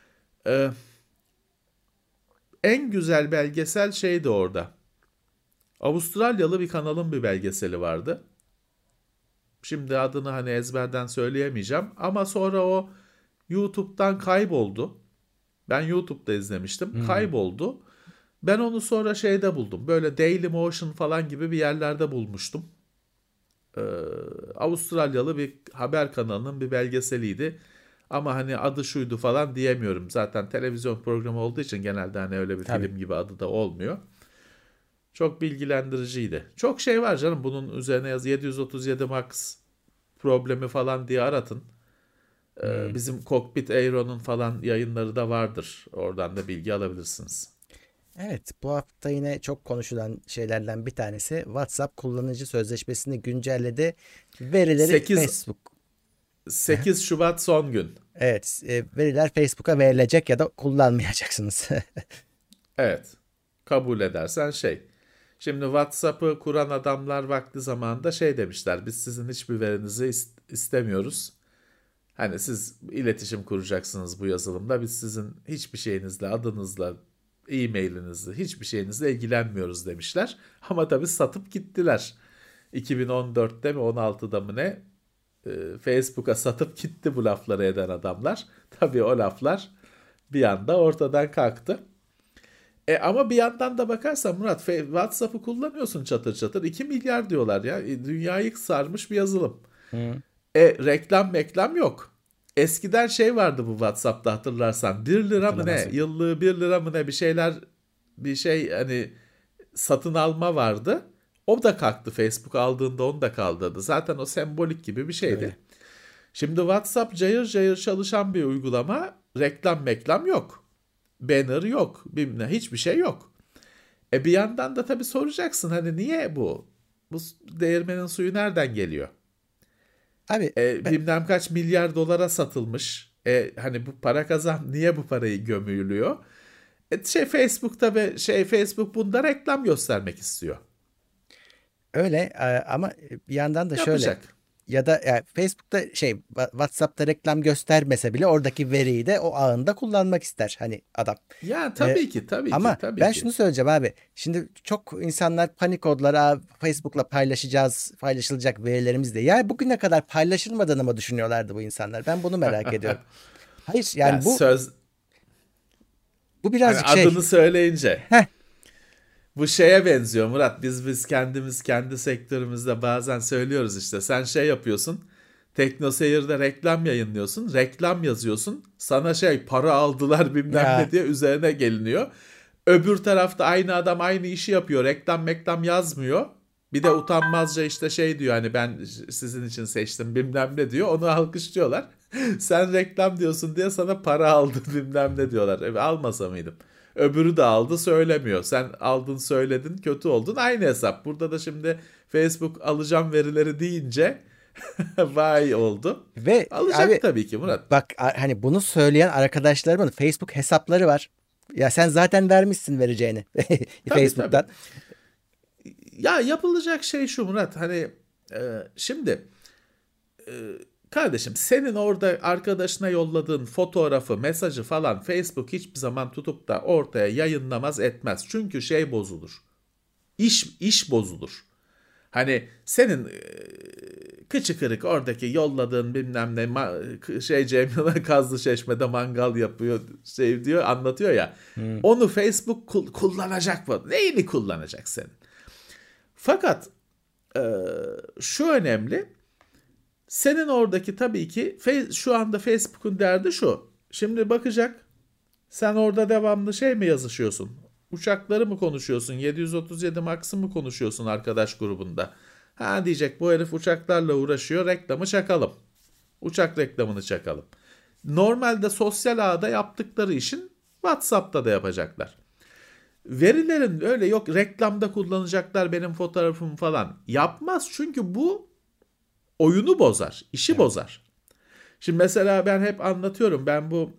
En güzel belgesel şeydi orada. Avustralyalı bir kanalın bir belgeseli vardı. Şimdi adını hani ezberden söyleyemeyeceğim ama sonra o YouTube'dan kayboldu. Ben YouTube'da izlemiştim. Kayboldu. Ben onu sonra şeyde buldum. Böyle Dailymotion falan gibi bir yerlerde bulmuştum. Avustralyalı bir haber kanalının bir belgeseliydi. Ama hani adı şuydu falan diyemiyorum. Zaten televizyon programı olduğu için genelde hani öyle bir Tabii. film gibi adı da olmuyor. Çok bilgilendiriciydi. Çok şey var canım bunun üzerine 737 Max problemi falan diye aratın. Bizim Cockpit Aero'nun falan yayınları da vardır. Oradan da bilgi alabilirsiniz. Evet, bu hafta yine çok konuşulan şeylerden bir tanesi WhatsApp kullanıcı sözleşmesini güncelledi. Verileri 8 Facebook. 8 Şubat son gün. Evet, veriler Facebook'a verilecek ya da kullanmayacaksınız. Evet. Kabul edersen şey. Şimdi WhatsApp'ı kuran adamlar vakti zamanında şey demişler. Biz sizin hiçbir verinizi istemiyoruz. Hani siz iletişim kuracaksınız bu yazılımda. Biz sizin hiçbir şeyinizle, adınızla, e-mailinizle, hiçbir şeyinizle ilgilenmiyoruz demişler. Ama tabii satıp gittiler. 2014'te mi 16'da mı ne Facebook'a satıp gitti bu lafları eden adamlar. Tabii o laflar bir anda ortadan kalktı. Ama bir yandan da bakarsan Murat WhatsApp'ı kullanıyorsun çatır çatır. 2 milyar diyorlar ya. Dünyayı sarmış bir yazılım. Reklam yok. Eskiden şey vardı bu WhatsApp'ta hatırlarsan. 1 lira mı ne? Hatırlamazsın. Yıllığı 1 lira mı ne? Bir şey hani satın alma vardı. O da kalktı. Facebook aldığında onu da kaldırdı. Zaten o sembolik gibi bir şeydi. Öyle. Şimdi WhatsApp cayır cayır çalışan bir uygulama. Reklam yok. Banner yok. Hiçbir şey yok. Bir yandan da tabii soracaksın hani niye bu? Bu değirmenin suyu nereden geliyor? Abi Bilmem kaç milyar dolara satılmış. Hani bu para niye bu parayı gömülüyor? Facebook'ta ve Facebook bunda reklam göstermek istiyor. öyle ama bir yandan da şöyle Yapacak. ya da yani Facebook'ta WhatsApp'ta reklam göstermese bile oradaki veriyi de o ağında kullanmak ister hani adam. Ya E, tabii ki Ama tabii ben ki. şunu söyleyeceğim abi. Şimdi çok insanlar panik oldular. Facebook'la paylaşılacak verilerimiz de. Ya bugüne kadar paylaşılmadığını mı düşünüyorlardı bu insanlar? Ben bunu merak ediyorum. Hayır Ya yani bu hani birazcık adını söyleyince Heh. bu şeye benziyor Murat. Biz kendimiz kendi sektörümüzde bazen söylüyoruz işte. Sen şey yapıyorsun. TeknoSeyir'de reklam yayınlıyorsun. Reklam yazıyorsun. Sana para aldılar bilmem Ya ne diye üzerine geliniyor. Öbür tarafta aynı adam aynı işi yapıyor. Reklam yazmıyor. Bir de utanmazca işte şey diyor hani ben sizin için seçtim bilmem ne diyor. Onu alkışlıyorlar. Sen reklam diyorsun diye sana para aldı bilmem ne diyorlar. Almasa mıydım? Öbürü de aldı söylemiyor. Sen aldın söyledin kötü oldun. Aynı hesap. Burada da şimdi Facebook alacağım verileri deyince vay oldu. ve Alacak abi tabii ki Murat. bak hani bunu söyleyen arkadaşlarımın Facebook hesapları var. Ya sen zaten vermişsin vereceğini Tabii. Facebook'tan. Ya yapılacak şey şu Murat. Hani şimdi kardeşim senin orada arkadaşına yolladığın fotoğrafı, mesajı falan Facebook hiçbir zaman tutup da ortaya yayınlamaz etmez. Çünkü şey bozulur. İş bozulur. Hani senin kıçı kırık oradaki yolladığın bilmem ne Cem Kazlıçeşme'de mangal yapıyor diyor anlatıyor ya. Onu Facebook kullanacak mı? Neyini kullanacak senin? Fakat şu önemli. Senin oradaki tabii ki şu anda Facebook'un derdi şu. Şimdi bakacak. Sen orada devamlı mi yazışıyorsun? Uçakları mı konuşuyorsun? 737 Max'ı mı konuşuyorsun arkadaş grubunda? Ha diyecek bu herif uçaklarla uğraşıyor. Reklamı çakalım. Uçak reklamını çakalım. Normalde sosyal ağda yaptıkları işin WhatsApp'ta da yapacaklar. Verilerin öyle yok reklamda kullanacaklar benim fotoğrafımı falan. Yapmaz çünkü bu oyunu bozar, işi bozar. Şimdi mesela ben hep anlatıyorum. Ben bu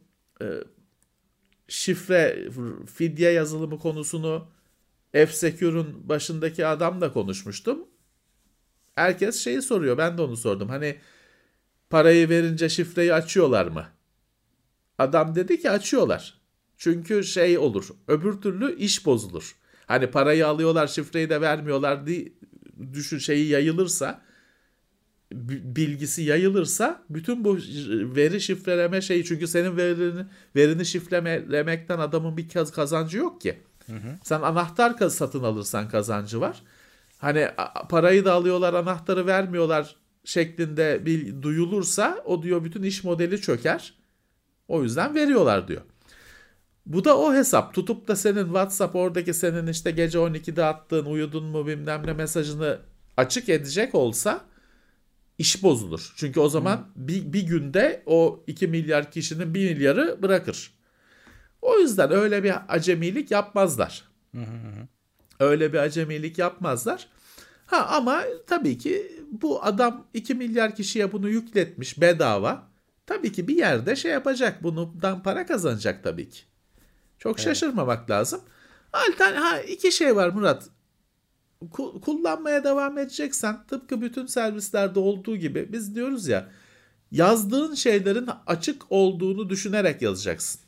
şifre, fidye yazılımı konusunu F-Secure'un başındaki adamla konuşmuştum. Herkes şeyi soruyor. Ben de onu sordum. Hani parayı verince şifreyi açıyorlar mı? Adam dedi ki açıyorlar. Çünkü olur. Öbür türlü iş bozulur. Hani parayı alıyorlar, şifreyi de vermiyorlar düşün şeyi yayılırsa, bilgisi yayılırsa bütün bu veri şifreleme şeyi, çünkü senin verini şifrelemekten adamın bir kazancı yok ki. Sen anahtar satın alırsan kazancı var. Hani parayı da alıyorlar, anahtarı vermiyorlar şeklinde bir duyulursa o diyor bütün iş modeli çöker. O yüzden veriyorlar diyor. Bu da o hesap. Tutup da senin WhatsApp, oradaki senin işte gece 12'de attığın uyudun mu bilmem ne mesajını açık edecek olsa iş bozulur. Çünkü o zaman bir günde o 2 milyar kişinin 1 milyarı bırakır. O yüzden öyle bir acemilik yapmazlar. Öyle bir acemilik yapmazlar. Ama tabii ki bu adam 2 milyar kişiye bunu yükletmiş bedava. Tabii ki bir yerde şey yapacak. Bundan para kazanacak tabii ki. Çok şaşırmamak lazım. İki şey var Murat. Kullanmaya devam edeceksen tıpkı bütün servislerde olduğu gibi biz diyoruz ya, yazdığın şeylerin açık olduğunu düşünerek yazacaksın.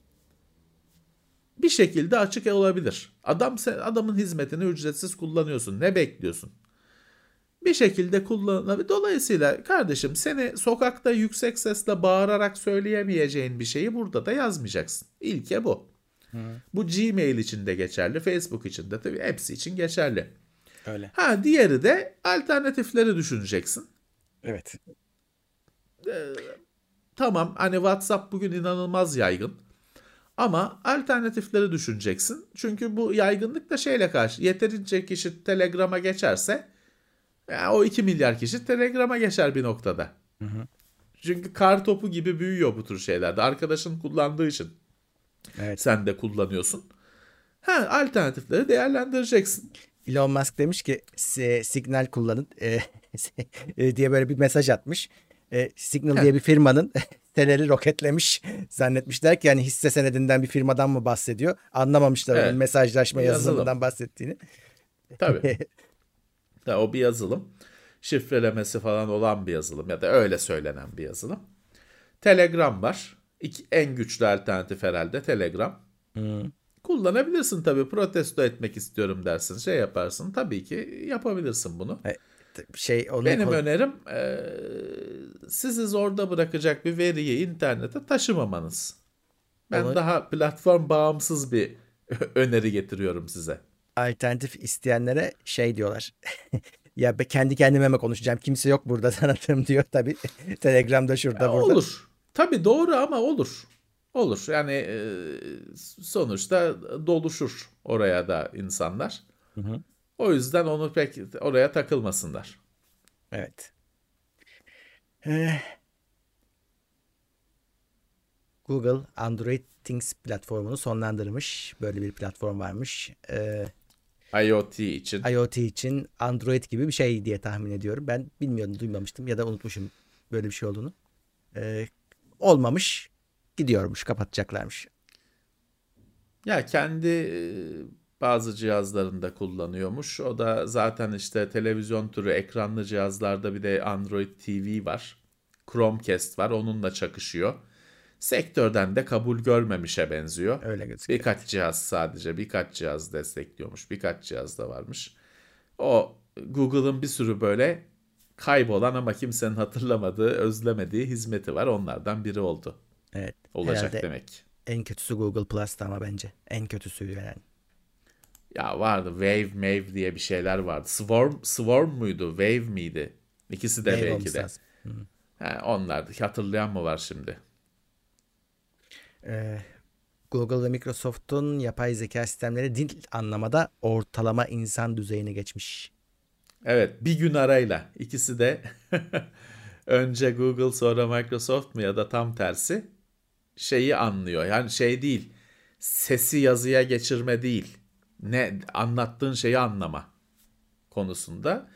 Bir şekilde açık olabilir. Adamın hizmetini ücretsiz kullanıyorsun. Ne bekliyorsun? Bir şekilde kullanılabilir. Dolayısıyla kardeşim, seni sokakta yüksek sesle bağırarak söyleyemeyeceğin bir şeyi burada da yazmayacaksın. İlke bu. Bu Gmail için de geçerli, Facebook için de, tabii hepsi için geçerli. Öyle. Diğeri de alternatifleri düşüneceksin. Evet. Tamam, hani WhatsApp bugün inanılmaz yaygın. Ama alternatifleri düşüneceksin. Çünkü bu yaygınlık da şeyle karşı. Yeterince kişi Telegram'a geçerse o 2 milyar kişi Telegram'a geçer bir noktada. Çünkü kar topu gibi büyüyor bu tür şeylerde. Arkadaşın kullandığı için sen de kullanıyorsun. Alternatifleri değerlendireceksin. Elon Musk demiş ki Signal kullanın diye böyle bir mesaj atmış. Signal diye bir firmanın siteleri roketlemiş. Zannetmişler ki yani hisse senedinden bir firmadan mı bahsediyor? Anlamamışlar onun mesajlaşma yazılımından bahsettiğini. Tabii. O bir yazılım. Şifrelemesi falan olan bir yazılım ya da öyle söylenen bir yazılım. Telegram var. En güçlü alternatif herhalde Telegram. Kullanabilirsin tabii. Protesto etmek istiyorum dersin. Şey yaparsın. Tabii ki yapabilirsin bunu. Benim önerim sizi zorda bırakacak bir veriyi internete taşımamanız. Ben daha platform bağımsız bir öneri getiriyorum size. Alternatif isteyenlere şey diyorlar. Ya kendi kendime mi konuşacağım? Kimse yok burada tanıdığım diyor tabii. Telegram'da şurada burada. Olur. Tabii doğru ama olur. Olur. Yani sonuçta doluşur oraya da insanlar. O yüzden onu pek oraya takılmasınlar. Evet. Google Android Things platformunu sonlandırmış. Böyle bir platform varmış. IoT için. IoT için Android gibi bir şey diye tahmin ediyorum. Ben bilmiyordum, duymamıştım ya da unutmuşum böyle bir şey olduğunu. Olmamış, gidiyormuş, kapatacaklarmış. Ya kendi bazı cihazlarında kullanıyormuş. O da zaten işte televizyon türü ekranlı cihazlarda bir de Android TV var. Chromecast var, onunla çakışıyor. Sektörden de kabul görmemişe benziyor. Öyle gözüküyor. Birkaç cihaz destekliyormuş. Birkaç cihaz da varmış. O Google'ın bir sürü böyle kaybolan ama kimsenin hatırlamadığı, özlemediği hizmeti var. Onlardan biri oldu. Evet. Olacak demek. En kötüsü Google Plus'tı ama bence. En kötüsü yani. Ya vardı. Wave diye bir şeyler vardı. Swarm muydu? Wave miydi? İkisi de Wave belki de. Onlardı. Hatırlayan mı var şimdi? Google ve Microsoft'un yapay zeka sistemleri dil anlamada ortalama insan düzeyine geçmiş. Evet, bir gün arayla ikisi de önce Google sonra Microsoft mu ya da tam tersi şeyi anlıyor. Yani şey değil, sesi yazıya geçirme değil, ne anlattığın şeyi anlama konusunda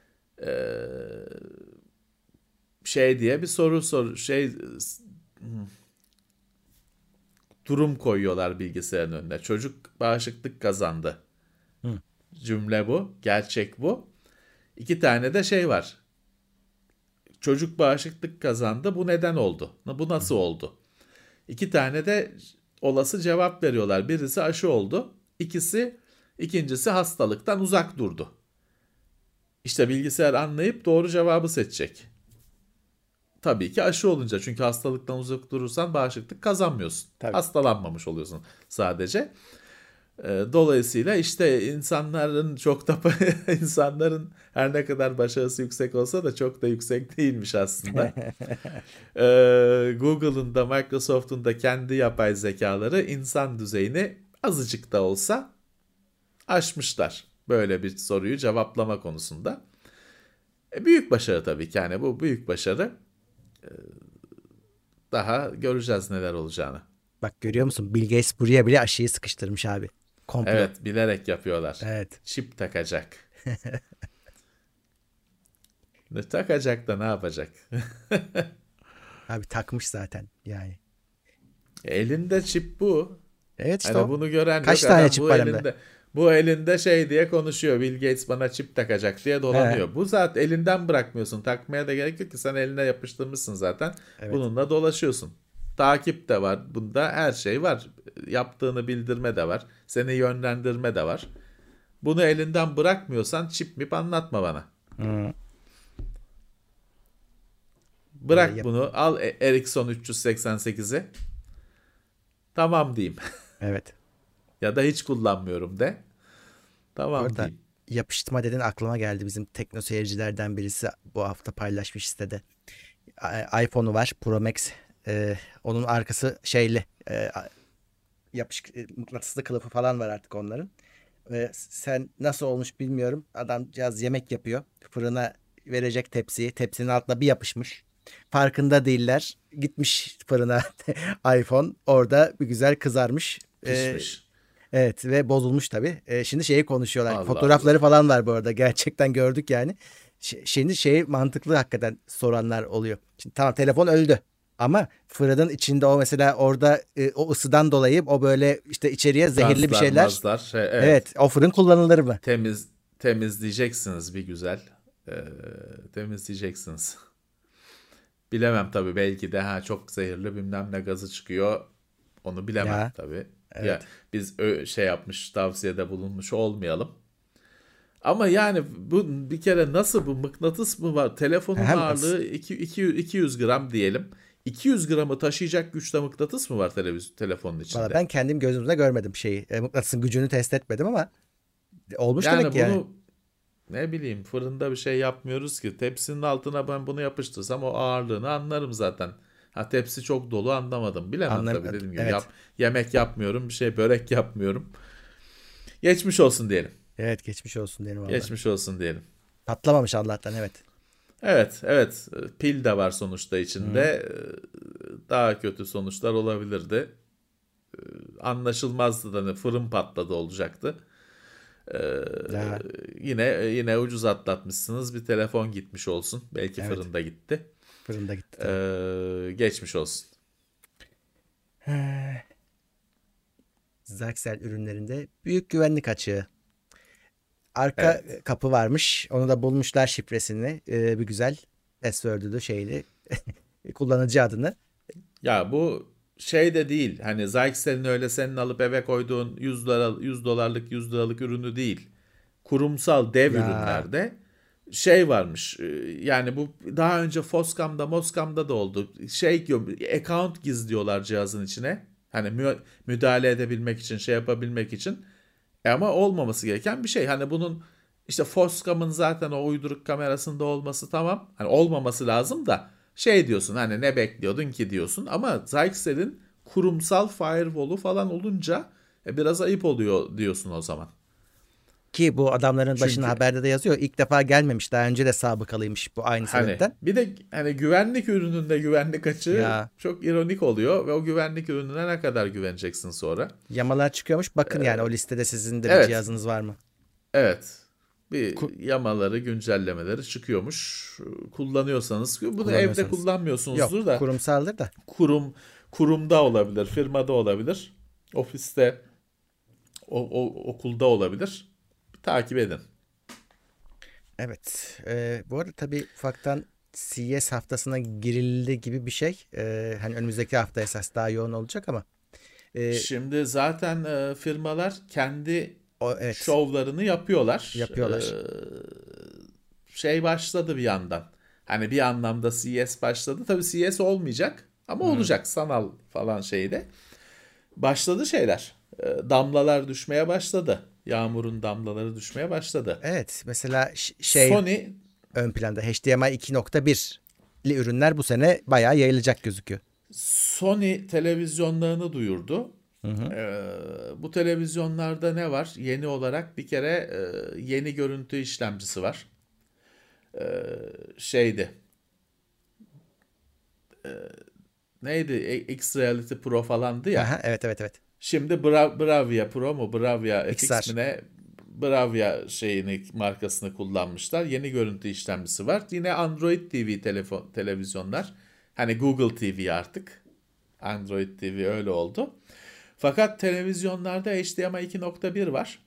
şey diye bir soru durum koyuyorlar bilgisayarın önüne. Çocuk bağışıklık kazandı. Cümle bu, gerçek bu. 2 tane de şey var. Çocuk bağışıklık kazandı. Bu neden oldu? Bu nasıl oldu? 2 tane de olası cevap veriyorlar. Birisi aşı oldu. İkisi İkincisi hastalıktan uzak durdu. İşte bilgisayar anlayıp doğru cevabı seçecek. Tabii ki aşı olunca, çünkü hastalıktan uzak durursan bağışıklık kazanmıyorsun. Tabii. Hastalanmamış oluyorsun sadece. Dolayısıyla işte insanların çok da insanların her ne kadar başarısı yüksek olsa da çok da yüksek değilmiş aslında. Google'ın da Microsoft'un da kendi yapay zekaları insan düzeyini azıcık da olsa aşmışlar. Böyle bir soruyu cevaplama konusunda. Büyük başarı tabii ki, yani bu büyük başarı. Daha göreceğiz neler olacağını. Bak görüyor musun? Bill Gates buraya bile aşıyı sıkıştırmış abi. Komplo. Evet, bilerek yapıyorlar. Evet. Çip takacak. Ne takacak da ne yapacak? Abi takmış zaten yani. Elinde çip bu. Evet işte Hani o. bunu gören Kaç yok. tane Adam çip bu var hem de? elinde. Bu elinde şey diye konuşuyor. Bill Gates bana çip takacak diye dolanıyor. Bu zaten elinden bırakmıyorsun. Takmaya da gerek yok ki, sen eline yapıştırmışsın zaten. Evet. Bununla dolaşıyorsun. Takip de var. Bunda her şey var. Yaptığını bildirme de var. Seni yönlendirme de var. Bunu elinden bırakmıyorsan çip mip anlatma bana. Hı. Bırak Böyle bunu. Al Ericsson 388'i. Tamam diyeyim. Evet. Ya da hiç kullanmıyorum de. Tamam Orada diyeyim. yapıştırma dedin aklıma geldi. Bizim tekno seyircilerden birisi bu hafta paylaşmış sitede. iPhone'u var Pro Max. Onun arkası şeyli. Mıknatıslı kılıfı falan var artık onların. Sen nasıl olmuş bilmiyorum. Adamcağız yemek yapıyor. Fırına verecek tepsiyi. Tepsinin altına bir yapışmış. Farkında değiller. Gitmiş fırına iPhone. Orada bir güzel kızarmış. Pişmiş. Evet ve bozulmuş tabii. Şimdi şeyi konuşuyorlar. Allah Fotoğrafları falan var bu arada. Gerçekten gördük yani. Şimdi şey mantıklı hakikaten soranlar oluyor. Şimdi tamam telefon öldü. Ama fırının içinde o mesela orada o ısıdan dolayı o böyle işte içeriye zehirli bir Gazlar, şeyler. mazlar, evet. Evet o fırın kullanılır mı? Temizleyeceksiniz bir güzel. Temizleyeceksiniz. Bilemem tabii, belki de çok zehirli bilmem ne gazı çıkıyor. Onu bilemem Ya, tabii. evet. Ya biz şey yapmış, tavsiyede bulunmuş olmayalım. Ama yani bu bir kere nasıl, bu mıknatıs mı var? Telefonun Hem ağırlığı 200 gram diyelim. 200 gramı taşıyacak güçte mıknatıs mı var telefonun içinde? Valla ben kendim gözümle görmedim şeyi. Mıknatısın gücünü test etmedim ama olmuş Yani demek ki bunu yani. ne bileyim, fırında bir şey yapmıyoruz ki. Tepsinin altına ben bunu yapıştırsam o ağırlığını anlarım zaten. Ha, tepsi çok dolu, anlamadım. Bilemem tabii, dediğim gibi. Evet. Yemek yapmıyorum, bir şey börek yapmıyorum. Geçmiş olsun diyelim. Evet geçmiş olsun diyelim valla. Geçmiş olsun diyelim. Patlamamış Allah'tan evet. Evet. Pil de var sonuçta içinde. Daha kötü sonuçlar olabilirdi. Anlaşılmazdı da fırın patladı olacaktı. Ya, Yine ucuz atlatmışsınız. Bir telefon gitmiş olsun. Belki Evet. fırında gitti. fırında gitti. Tabii. Geçmiş olsun. Zyxel ürünlerinde büyük güvenlik açığı. Arka kapı varmış. Onu da bulmuşlar şifresini. Bir güzel password'ü şeyli kullanıcı adını. Ya bu şey de değil. Hani Zyxel'in öyle senin alıp eve koyduğun 100 liralık ürünü değil. Kurumsal dev Ya. ürünlerde şey varmış. Yani bu daha önce Moscam'da da oldu. Account gizliyorlar cihazın içine. Hani müdahale edebilmek için, şey yapabilmek için. Ama olmaması gereken bir şey. Hani bunun işte Foscam'ın zaten o uyduruk kamerasında olması tamam. Hani olmaması lazım da şey diyorsun, hani ne bekliyordun ki diyorsun. Ama Zyxel'in kurumsal firewall'u falan olunca biraz ayıp oluyor diyorsun o zaman. Ki bu adamların başına Çünkü haberde de yazıyor. İlk defa gelmemiş. Daha önce de sabıkalıymış bu aynı hani sebepten. bir de hani güvenlik ürününde güvenlik açığı Ya. çok ironik oluyor ve o güvenlik ürününe ne kadar güveneceksin sonra? Yamalar çıkıyormuş. Bakın yani o listede sizin de bir evet. cihazınız var mı? Evet. Bir yamaları, güncellemeleri çıkıyormuş. Kullanıyorsanız, bunu evde kullanmıyorsunuzdur Yok da kurumsaldır da. kurumda olabilir, firmada olabilir, ofiste, okulda olabilir. Bir takip edin. Evet. Bu arada tabii ufaktan CES haftasına girildi gibi bir şey. Hani önümüzdeki hafta esas daha yoğun olacak ama. Şimdi zaten firmalar kendi Evet. şovlarını yapıyorlar. Yapıyorlar. Şey başladı bir yandan. Hani bir anlamda CES başladı. Tabii CES olmayacak ama olacak sanal falan şeyde. Başladı şeyler. Damlalar düşmeye başladı. Yağmurun damlaları düşmeye başladı. Evet. Mesela Sony ön planda HDMI 2.1'li ürünler bu sene bayağı yayılacak gözüküyor. Sony televizyonlarını duyurdu. Bu televizyonlarda ne var? Yeni olarak bir kere yeni görüntü işlemcisi var. Şeydi. Neydi? X Reality Pro falandı ya. Aha, evet. Şimdi Bravia Pro mu? Bravia FX XR. mi ne? Bravia markasını kullanmışlar. Yeni görüntü işlemcisi var. Yine Android TV televizyonlar. Hani Google TV artık. Android TV öyle oldu. Fakat televizyonlarda HDMI 2.1 var.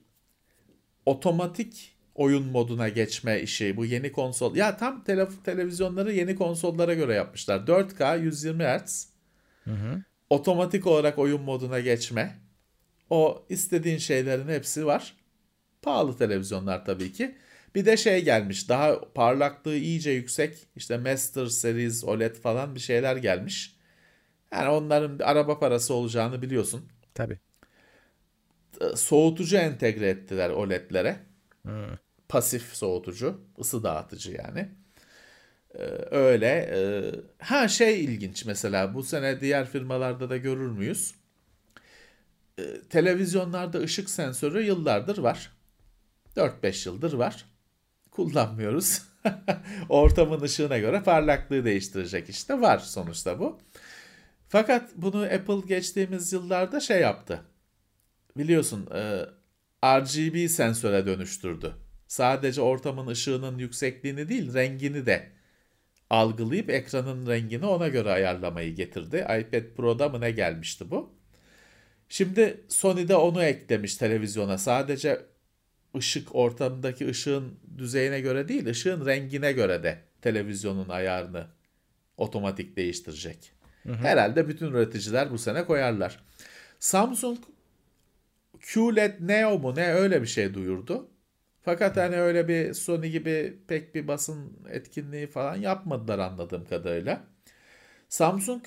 Otomatik oyun moduna geçme işi. Bu yeni konsol. Ya tam televizyonları yeni konsollara göre yapmışlar. 4K 120 Hz. Otomatik olarak oyun moduna geçme. O istediğin şeylerin hepsi var. Pahalı televizyonlar tabii ki. Bir de şey gelmiş. Daha parlaklığı iyice yüksek. İşte Master Series OLED falan bir şeyler gelmiş. Yani onların araba parası olacağını biliyorsun. Tabii. Soğutucu entegre ettiler OLED'lere. Pasif soğutucu, ısı dağıtıcı yani. Öyle. Şey ilginç mesela bu sene diğer firmalarda da görür müyüz? Televizyonlarda ışık sensörü yıllardır var. 4-5 yıldır var. Kullanmıyoruz. Ortamın ışığına göre parlaklığı değiştirecek işte. Var sonuçta bu. Fakat bunu Apple geçtiğimiz yıllarda şey yaptı. Biliyorsun RGB sensöre dönüştürdü. Sadece ortamın ışığının yüksekliğini değil rengini de algılayıp ekranın rengini ona göre ayarlamayı getirdi. iPad Pro'da mı ne gelmişti bu? Şimdi Sony de onu eklemiş televizyona. Sadece ortamdaki ışığın düzeyine göre değil, ışığın rengine göre de televizyonun ayarını otomatik değiştirecek. Herhalde bütün üreticiler bu sene koyarlar. Samsung QLED Neo mu ne öyle bir şey duyurdu. Fakat hani öyle bir Sony gibi pek bir basın etkinliği falan yapmadılar anladığım kadarıyla. Samsung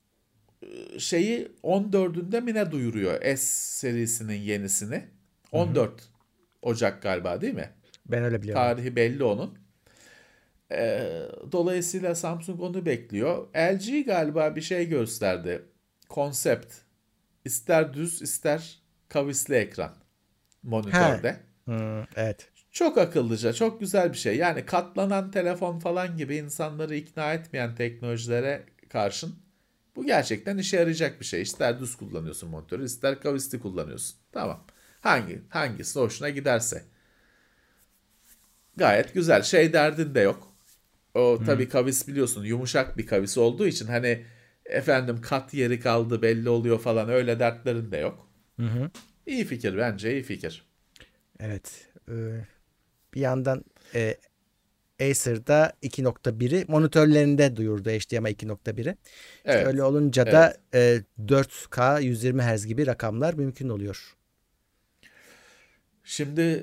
14'ünde mi ne duyuruyor S serisinin yenisini. 14 Ocak galiba değil mi? Ben öyle biliyorum. Tarihi belli onun. Dolayısıyla Samsung onu bekliyor. LG galiba bir şey gösterdi. Konsept. İster düz ister kavisli ekran monitörde. Evet. Çok akıllıca, çok güzel bir şey. Yani katlanan telefon falan gibi insanları ikna etmeyen teknolojilere karşın bu gerçekten işe yarayacak bir şey. İster düz kullanıyorsun monitörü, ister kavisli kullanıyorsun. Tamam. Hangisi hoşuna giderse. Gayet güzel. Derdin de yok. O tabii kavis biliyorsun yumuşak bir kavis olduğu için hani efendim kat yeri kaldı belli oluyor falan öyle dertlerin de yok. İyi fikir bence iyi fikir. Evet. Bir yandan Acer'da 2.1'i monitörlerinde duyurdu HDMI 2.1'i. Evet. Öyle olunca da 4K 120 Hz gibi rakamlar mümkün oluyor. Şimdi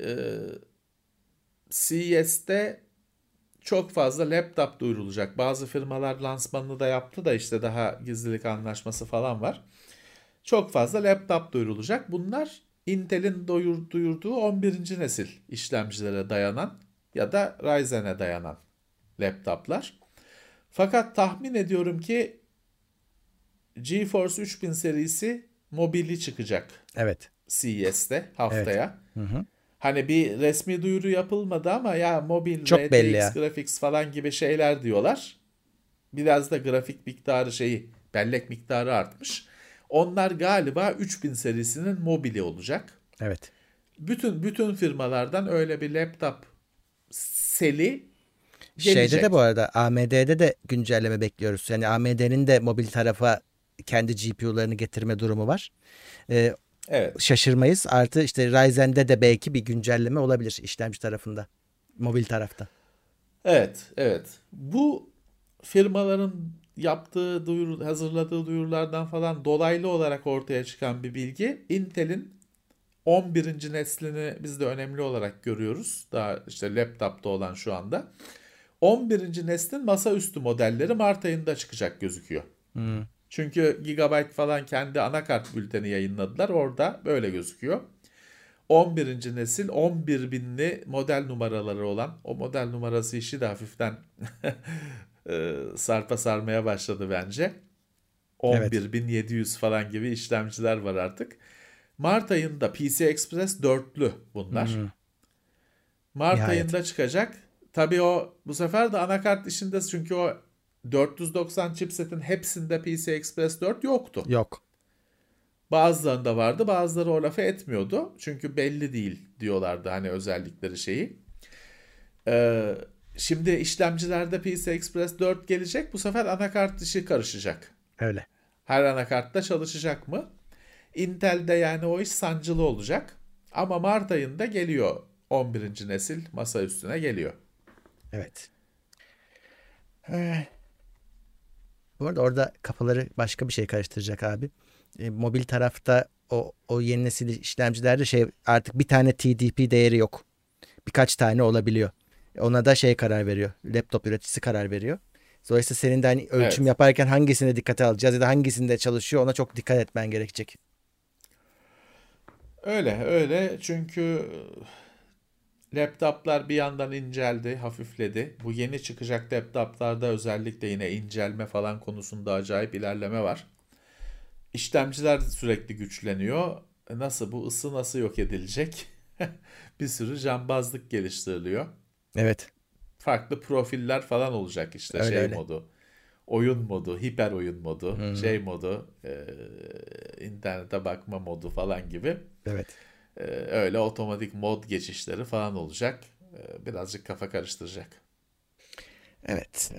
CES'te çok fazla laptop duyurulacak. Bazı firmalar lansmanını da yaptı da işte daha gizlilik anlaşması falan var. Çok fazla laptop duyurulacak. Bunlar Intel'in duyurduğu 11. nesil işlemcilere dayanan ya da Ryzen'e dayanan laptoplar. Fakat tahmin ediyorum ki GeForce 3000 serisi mobili çıkacak. Evet. CES'te haftaya. Evet. Hani bir resmi duyuru yapılmadı ama ya mobil, çok RTX belli ya. graphics falan gibi şeyler diyorlar. Biraz da grafik miktarı bellek miktarı artmış. Onlar galiba 3000 serisinin mobili olacak. Evet. Bütün firmalardan öyle bir laptop seli gelecek. Şeyde de bu arada AMD'de de güncelleme bekliyoruz. Yani AMD'nin de mobil tarafa kendi GPU'larını getirme durumu var. Evet. Şaşırmayız. Artı işte Ryzen'de de belki bir güncelleme olabilir işlemci tarafında. Mobil tarafta. Evet. Bu firmaların yaptığı hazırladığı duyurulardan falan dolaylı olarak ortaya çıkan bir bilgi. Intel'in 11. neslini biz de önemli olarak görüyoruz. Daha işte laptopta olan şu anda. 11. neslin masaüstü modelleri Mart ayında çıkacak gözüküyor. Çünkü Gigabyte falan kendi anakart bülteni yayınladılar. Orada böyle gözüküyor. 11. nesil 11.000'li model numaraları olan, o model numarası işi de hafiften sarpa sarmaya başladı bence. 11.700 falan gibi işlemciler var artık. Mart ayında PCI Express 4'lü bunlar. Mart ayında çıkacak. Tabii o bu sefer de anakart işinde, çünkü o 490 chipsetin hepsinde PCI Express 4 yoktu. Yok. Bazılarında vardı, bazıları o lafı etmiyordu. Çünkü belli değil diyorlardı hani özellikleri şeyi. Şimdi işlemcilerde PCI Express 4 gelecek. Bu sefer anakart işi karışacak. Öyle. Her anakartta çalışacak mı? Intel'de yani o iş sancılı olacak. Ama Mart ayında geliyor. 11. nesil masa üstüne geliyor. Evet. Bu arada orada kafaları başka bir şey karıştıracak abi. Mobil tarafta o yeni nesil işlemcilerde artık bir tane TDP değeri yok. Birkaç tane olabiliyor. Ona da karar veriyor. Laptop üreticisi karar veriyor. Dolayısıyla senin de hani ölçüm yaparken hangisine dikkate alacağız ya da hangisinde çalışıyor, ona çok dikkat etmen gerekecek. Öyle çünkü laptoplar bir yandan inceldi, hafifledi. Bu yeni çıkacak laptoplarda özellikle yine incelme falan konusunda acayip ilerleme var. İşlemciler sürekli güçleniyor. Nasıl, bu ısı nasıl yok edilecek? Bir sürü cambazlık geliştiriliyor. Evet. Farklı profiller falan olacak işte, öyle. modu. Oyun modu, hiper oyun modu, modu, internete bakma modu falan gibi. Evet. Öyle otomatik mod geçişleri falan olacak. Birazcık kafa karıştıracak. Evet.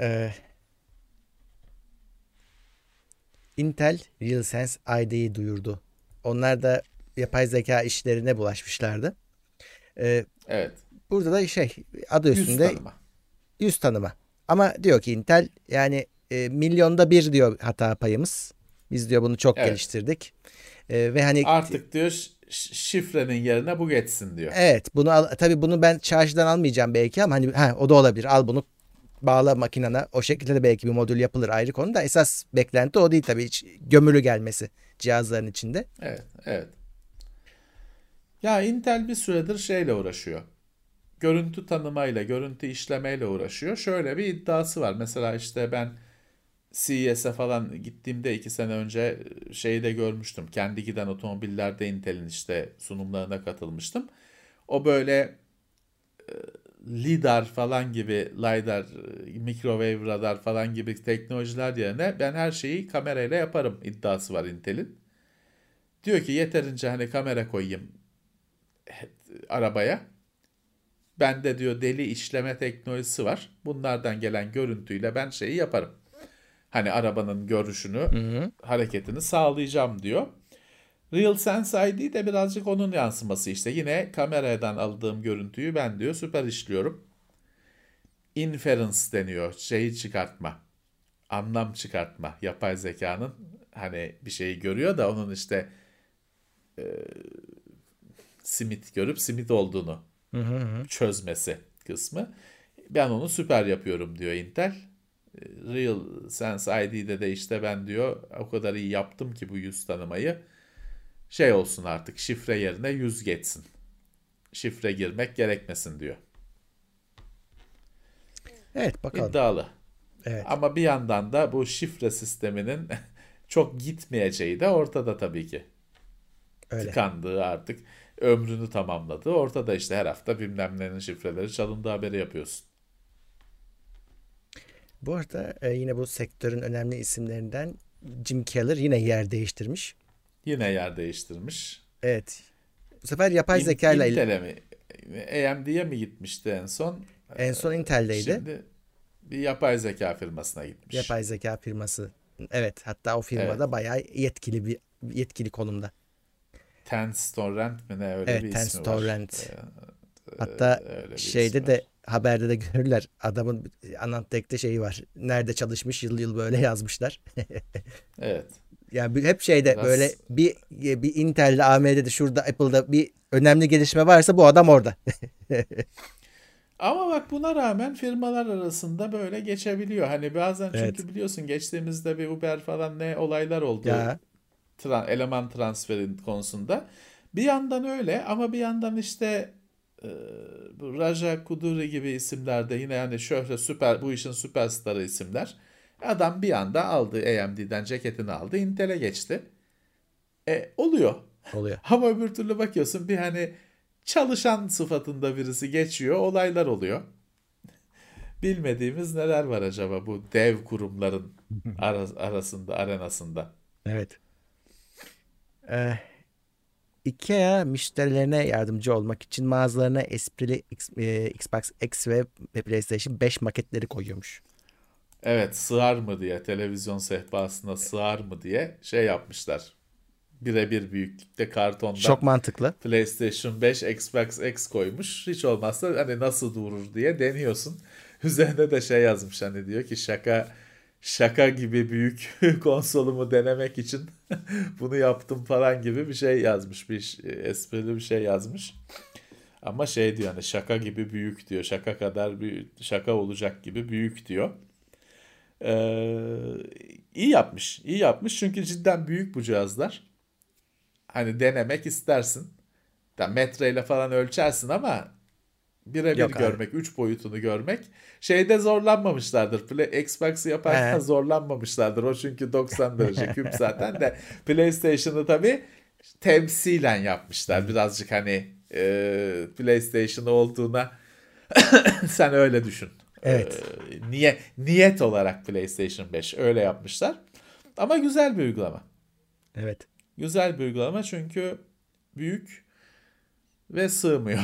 Intel RealSense ID'yi duyurdu. Onlar da yapay zeka işlerine bulaşmışlardı. Evet. Burada da adı üstünde yüz tanıma. Ama diyor ki Intel, yani milyonda bir diyor hata payımız. Biz diyor bunu çok geliştirdik. Ve hani artık diyor şifrenin yerine bu geçsin diyor. Evet, tabii bunu ben çarşıdan almayacağım belki, ama hani o da olabilir. Al bunu, bağla makinana. O şekilde de belki bir modül yapılır, ayrı konu da esas beklenti o değil tabii, hiç gömülü gelmesi cihazların içinde. Evet. Ya Intel bir süredir şeyle uğraşıyor. Görüntü tanımayla, görüntü işlemeyle uğraşıyor. Şöyle bir iddiası var. Mesela işte ben CES'e falan gittiğimde 2 sene önce şeyi de görmüştüm. Kendi giden otomobillerde Intel'in işte sunumlarına katılmıştım. O böyle LiDAR falan gibi, LiDAR, microwave radar falan gibi teknolojiler yerine ben her şeyi kamerayla yaparım iddiası var Intel'in. Diyor ki yeterince hani kamera koyayım arabaya. Bende diyor deli işleme teknolojisi var. Bunlardan gelen görüntüyle ben şeyi yaparım. Hani arabanın görüşünü, hareketini sağlayacağım diyor. RealSense ID de birazcık onun yansıması işte. Yine kameradan aldığım görüntüyü ben diyor süper işliyorum. Inference deniyor. Şeyi çıkartma. Anlam çıkartma. Yapay zekanın hani bir şeyi görüyor da onun işte simit görüp simit olduğunu çözmesi kısmı. Ben onu süper yapıyorum diyor Intel. RealSense ID'de de işte ben diyor o kadar iyi yaptım ki bu yüz tanımayı, olsun artık, şifre yerine yüz geçsin. Şifre girmek gerekmesin diyor. Evet, bakalım. İddialı. Evet. Ama bir yandan da bu şifre sisteminin çok gitmeyeceği de ortada tabii ki. Öyle. Tıkandığı, artık ömrünü tamamladığı ortada, işte her hafta bilmem nenin şifreleri çalındığı haberi yapıyorsun. Bu arada yine bu sektörün önemli isimlerinden Jim Keller yine yer değiştirmiş. Yine yer değiştirmiş. Evet. Bu sefer yapay zeka ile Intel'e mi? AMD'ye mi gitmişti en son? En son Intel'deydi. Şimdi bir yapay zeka firmasına gitmiş. Yapay zeka firması. Evet, hatta o firmada bayağı yetkili konumda. TenstorRent mi ne, öyle Evet, bir ismi var. TenstorRent. Hatta şeyde de haberde de görürler, adamın Anandek'te şeyi var. Nerede çalışmış, yıl böyle yazmışlar. Evet. Yani hep şeyde Biraz- böyle bir Intel'de, AMD'de, şurada, Apple'da bir önemli gelişme varsa bu adam orada. Ama bak buna rağmen firmalar arasında böyle geçebiliyor. Hani bazen Evet. çünkü biliyorsun geçtiğimizde bir Uber falan ne olaylar oldu Ya eleman transferi konusunda. Bir yandan öyle ama bir yandan işte e, bu Raja Kuduri gibi isimler de yine yani şöyle süper bu işin süperstarı isimler. Adam bir anda aldı AMD'den ceketini aldı Intel'e geçti. Oluyor. oluyor. Ama öbür türlü bakıyorsun bir hani çalışan sıfatında birisi geçiyor olaylar oluyor. Bilmediğimiz neler var acaba bu dev kurumların arasında, arenasında. Evet. Ee, IKEA müşterilerine yardımcı olmak için mağazalarına esprili Xbox X ve PlayStation 5 maketleri koyuyormuş. Evet, sığar mı diye, televizyon sehpasına sığar mı diye şey yapmışlar. Birebir büyüklükte kartondan Çok mantıklı. PlayStation 5, Xbox X koymuş. Hiç olmazsa hani nasıl durur diye deniyorsun. Üzerine de şey yazmış hani diyor ki şaka gibi büyük konsolumu denemek için bunu yaptım falan gibi bir şey yazmış. Esprili bir şey yazmış. Ama şey diyor hani şaka gibi büyük diyor. Şaka kadar büyük, şaka olacak gibi büyük diyor. İyi yapmış. İyi yapmış çünkü cidden büyük bu cihazlar. Hani denemek istersin. Yani metreyle falan ölçersin ama birebir Yok abi. görmek, 3 boyutunu görmek şeyde zorlanmamışlardır. Xbox'ı yaparken He. zorlanmamışlardır. O çünkü 90 derece küp zaten de PlayStation'ı tabii temsilen yapmışlar. Birazcık hani PlayStation olduğuna sen öyle düşün. Evet. Niyet olarak PlayStation 5 öyle yapmışlar. Ama güzel bir uygulama. Evet. Güzel bir uygulama çünkü büyük ve sığmıyor.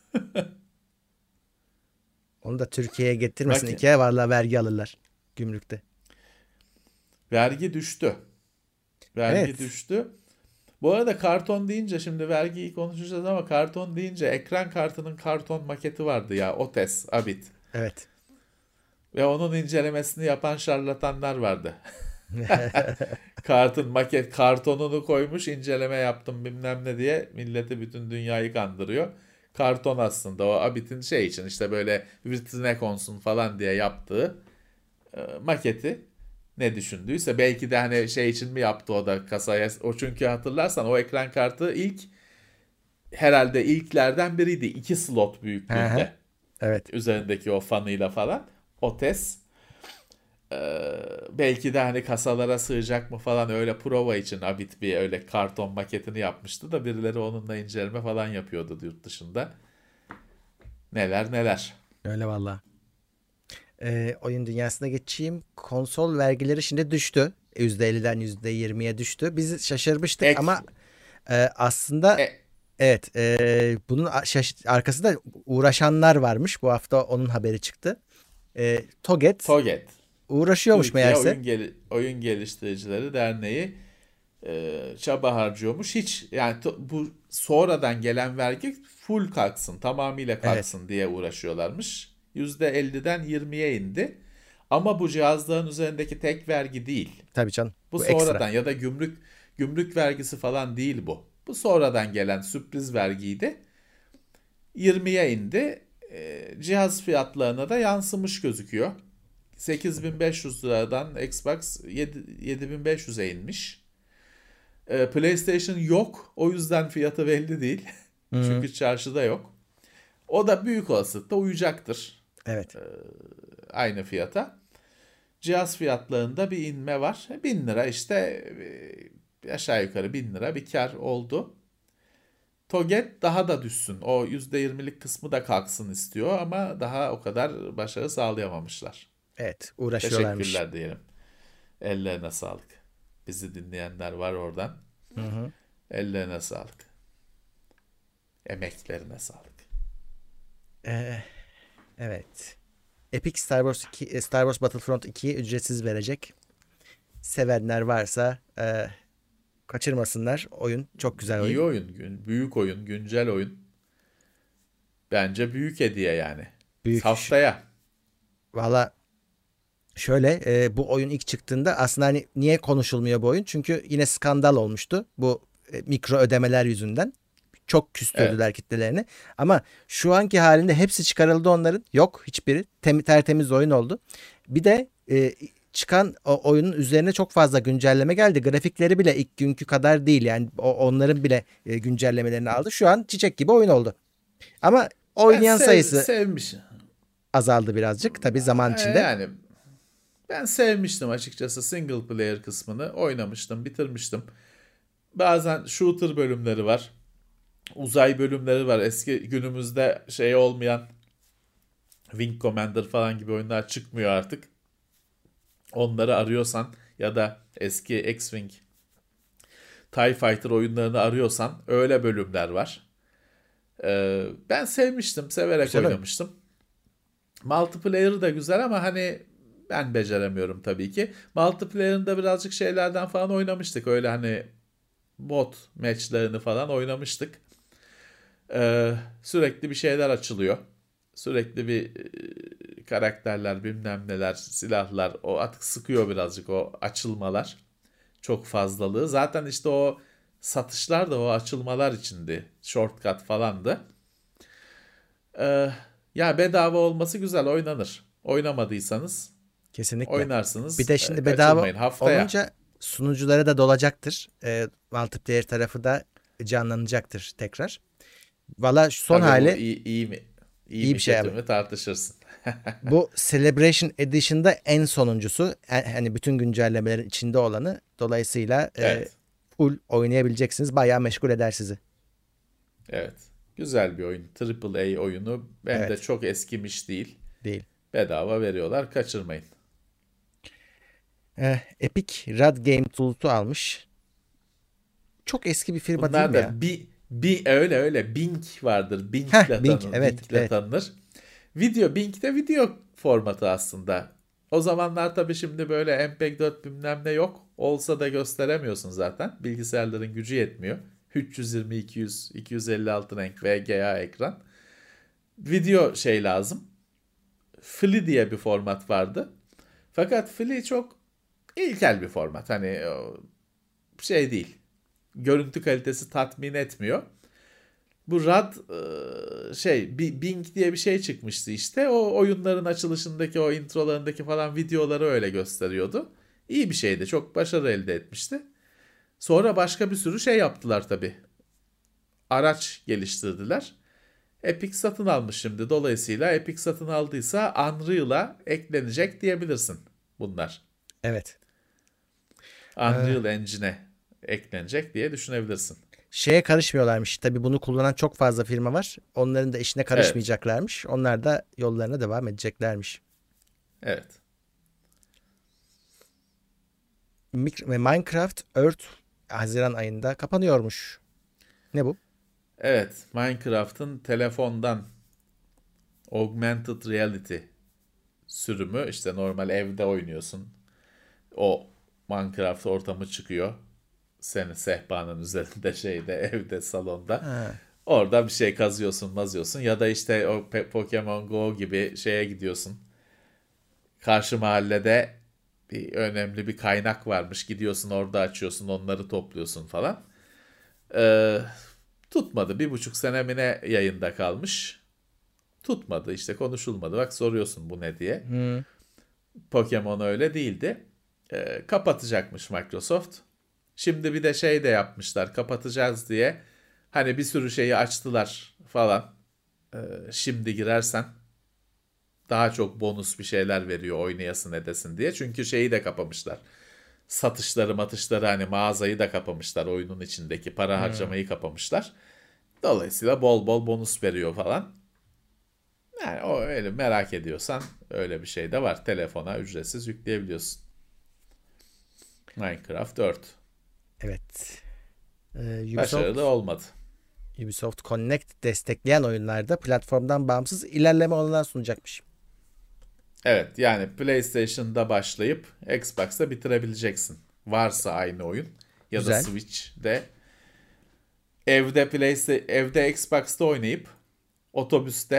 Onu da Türkiye'ye getirmesin. Bak IKEA vallahi vergi alırlar gümrükte. vergi düştü. Vergi Evet. düştü. Bu arada karton deyince şimdi vergiyi konuşacağız ama karton deyince ekran kartının karton maketi vardı ya Otes, Abit. Evet. Ve onun incelemesini yapan şarlatanlar vardı. Kartonunu koymuş inceleme yaptım bilmem ne diye milleti bütün dünyayı kandırıyor. Karton aslında o Abit'in şey için işte böyle vitrine konsun falan diye yaptığı maketi ne düşündüyse belki de hani şey için mi yaptı o da kasaya o çünkü hatırlarsan o ekran kartı herhalde ilklerden biriydi 2 slot Hı hı. büyüklüğünde Evet. üzerindeki o fanıyla falan o test belki de hani kasalara sığacak mı falan öyle prova için Abit bir öyle karton maketini yapmıştı da birileri onunla inceleme falan yapıyordu yurt dışında. Neler neler. Öyle vallahi. Oyun dünyasına geçeyim. Konsol vergileri şimdi düştü. %50'den %20'ye düştü. Biz şaşırmıştık Ek, ama aslında e, evet, bunun arkasında uğraşanlar varmış. Bu hafta onun haberi çıktı. Toget TOGET uğraşıyormuş Türkiye meğerse. Oyun Geliştiricileri Derneği çaba harcıyormuş. Hiç yani bu sonradan gelen vergi full kalksın, tamamıyla Evet. kalksın diye uğraşıyorlarmış. %50'den 20'ye indi. Ama bu cihazların üzerindeki tek vergi değil. Tabii canım. Bu Bu ekstra. sonradan ya da gümrük vergisi falan değil bu. Bu sonradan gelen sürpriz vergiydi. 20'ye indi. Cihaz fiyatlarına da yansımış gözüküyor. 8.500 liradan Xbox 7.500'e inmiş. PlayStation yok. O yüzden fiyatı belli değil. Hı. Çünkü çarşıda yok. O da büyük olasılıkla uyacaktır Evet. aynı fiyata. Cihaz fiyatlarında bir inme var. 1000 lira işte aşağı yukarı 1000 lira bir kar oldu. Toget daha da düşsün. O %20'lik kısmı da kalksın istiyor ama daha o kadar başarı sağlayamamışlar. Evet. Uğraşıyorlarmış. Teşekkürler diyelim. Ellerine sağlık. Bizi dinleyenler var oradan. Hı hı. Ellerine sağlık. Emeklerine sağlık. Ee, evet. Epic Star Wars Battlefront 2'yi ücretsiz verecek. Sevenler varsa kaçırmasınlar. Oyun çok güzel İyi oyun. oyun, büyük oyun, güncel oyun. Bence büyük hediye yani. Büyük. Haftaya. Valla Şöyle bu oyun ilk çıktığında aslında hani niye konuşulmuyor bu oyun? Çünkü yine skandal olmuştu bu mikro ödemeler yüzünden. Çok küstürdüler Evet. kitlelerini. Ama şu anki halinde hepsi çıkarıldı onların. Yok hiçbiri. Tertemiz oyun oldu. Bir de çıkan o oyunun üzerine çok fazla güncelleme geldi. Grafikleri bile ilk günkü kadar değil. Yani onların bile güncellemelerini aldı. Şu an çiçek gibi oyun oldu. Ama Ben oynayan sayısı sevmişim. azaldı birazcık. Tabii zaman içinde. Yani ben sevmiştim açıkçası single player kısmını. Oynamıştım, bitirmiştim. Bazen shooter bölümleri var. Uzay bölümleri var. Eski günümüzde şey olmayan Wing Commander falan gibi oyunlar çıkmıyor artık. Onları arıyorsan ya da eski X-Wing TIE Fighter oyunlarını arıyorsan öyle bölümler var. Ben sevmiştim. Severek Güzel oyun. oynamıştım. Multiplayer'ı da güzel ama hani ben beceremiyorum tabii ki. Multiplayer'ında birazcık şeylerden falan oynamıştık. Öyle hani bot matchlerini falan oynamıştık. Sürekli bir şeyler açılıyor. Sürekli bir karakterler, bilmem neler, silahlar. O artık sıkıyor birazcık o açılmalar. Çok fazlalığı. Zaten işte o satışlar da o açılmalar içindi. Shortcut falandı. Ya bedava olması güzel, oynanır. Oynamadıysanız Kesinlikle. Bir oynarsınız. de şimdi bedava Kaçırmayın haftaya. olunca sunuculara da dolacaktır. Multiplayer tarafı da canlanacaktır tekrar. Valla şu son Tabii bu hali iyi mi? İyi iyi bir mi şey kötü abi. mü tartışırsın. Bu Celebration Edition'da en sonuncusu. Hani bütün güncellemelerin içinde olanı. Dolayısıyla Evet. full oynayabileceksiniz. Bayağı meşgul eder sizi. Evet. Güzel bir oyun. Triple A oyunu. Hem de Evet. çok eskimiş değil. Değil. Bedava veriyorlar. Kaçırmayın. Epic Rad Game Tools'u almış. Çok eski bir firma değil Bunlar mi ya? da bir öyle Bing vardır. Bing. Evet. Bing'le Evet. tanınır. Bing'de video formatı aslında. O zamanlar tabii şimdi böyle MPEG-4 bilmem ne yok. Olsa da gösteremiyorsun zaten. Bilgisayarların gücü yetmiyor. 320, 200, 256 renk VGA ekran. Video şey lazım. FLI diye bir format vardı. Fakat FLI çok ilkel bir format. Hani şey değil. Görüntü kalitesi tatmin etmiyor. Bu RAD Bing diye bir şey çıkmıştı işte. O oyunların açılışındaki o introlarındaki falan videoları öyle gösteriyordu. İyi bir şeydi. Çok başarı elde etmişti. Sonra başka bir sürü şey yaptılar tabii. Araç geliştirdiler. Epic satın almış şimdi. Dolayısıyla Epic satın aldıysa Unreal'a eklenecek diyebilirsin bunlar. Evet. Unreal Engine'e eklenecek diye düşünebilirsin. Şeye karışmıyorlarmış. Tabii bunu kullanan çok fazla firma var. Onların da işine Evet, karışmayacaklarmış. Onlar da yollarına devam edeceklermiş. evet. Minecraft Earth Haziran ayında kapanıyormuş. Ne bu? Evet, Minecraft'ın telefondan augmented reality sürümü işte normal evde oynuyorsun. O Minecraft ortamı çıkıyor. Senin sehpanın üzerinde şeyde evde salonda. Ha, Orada bir şey kazıyorsun, mazıyorsun ya da işte o Pokemon Go gibi şeye gidiyorsun. Karşı mahallede önemli bir kaynak varmış. Gidiyorsun orada açıyorsun, onları topluyorsun falan. Ee, Tutmadı. 1,5 sene mi ne yayında kalmış. Tutmadı işte konuşulmadı. Bak soruyorsun bu ne diye. hmm, Pokemon öyle değildi. Kapatacakmış Microsoft. Şimdi bir de şey de yapmışlar kapatacağız diye. Hani bir sürü şeyi açtılar falan. Şimdi girersen daha çok bonus bir şeyler veriyor oynayasın edesin diye. Çünkü şeyi de kapamışlar. Matışları hani mağazayı da kapamışlar. Oyunun içindeki para hmm. harcamayı kapamışlar. Dolayısıyla bol bol bonus veriyor falan. Yani o öyle merak ediyorsan öyle bir şey de var. Telefona ücretsiz yükleyebiliyorsun. Minecraft 4. Evet. Başarılı olmadı. Ubisoft Connect destekleyen oyunlarda platformdan bağımsız ilerleme olanağı sunacakmış. Evet yani PlayStation'da başlayıp Xbox'ta bitirebileceksin. Varsa aynı oyun ya da Güzel. Switch'de evde Xbox'ta oynayıp otobüste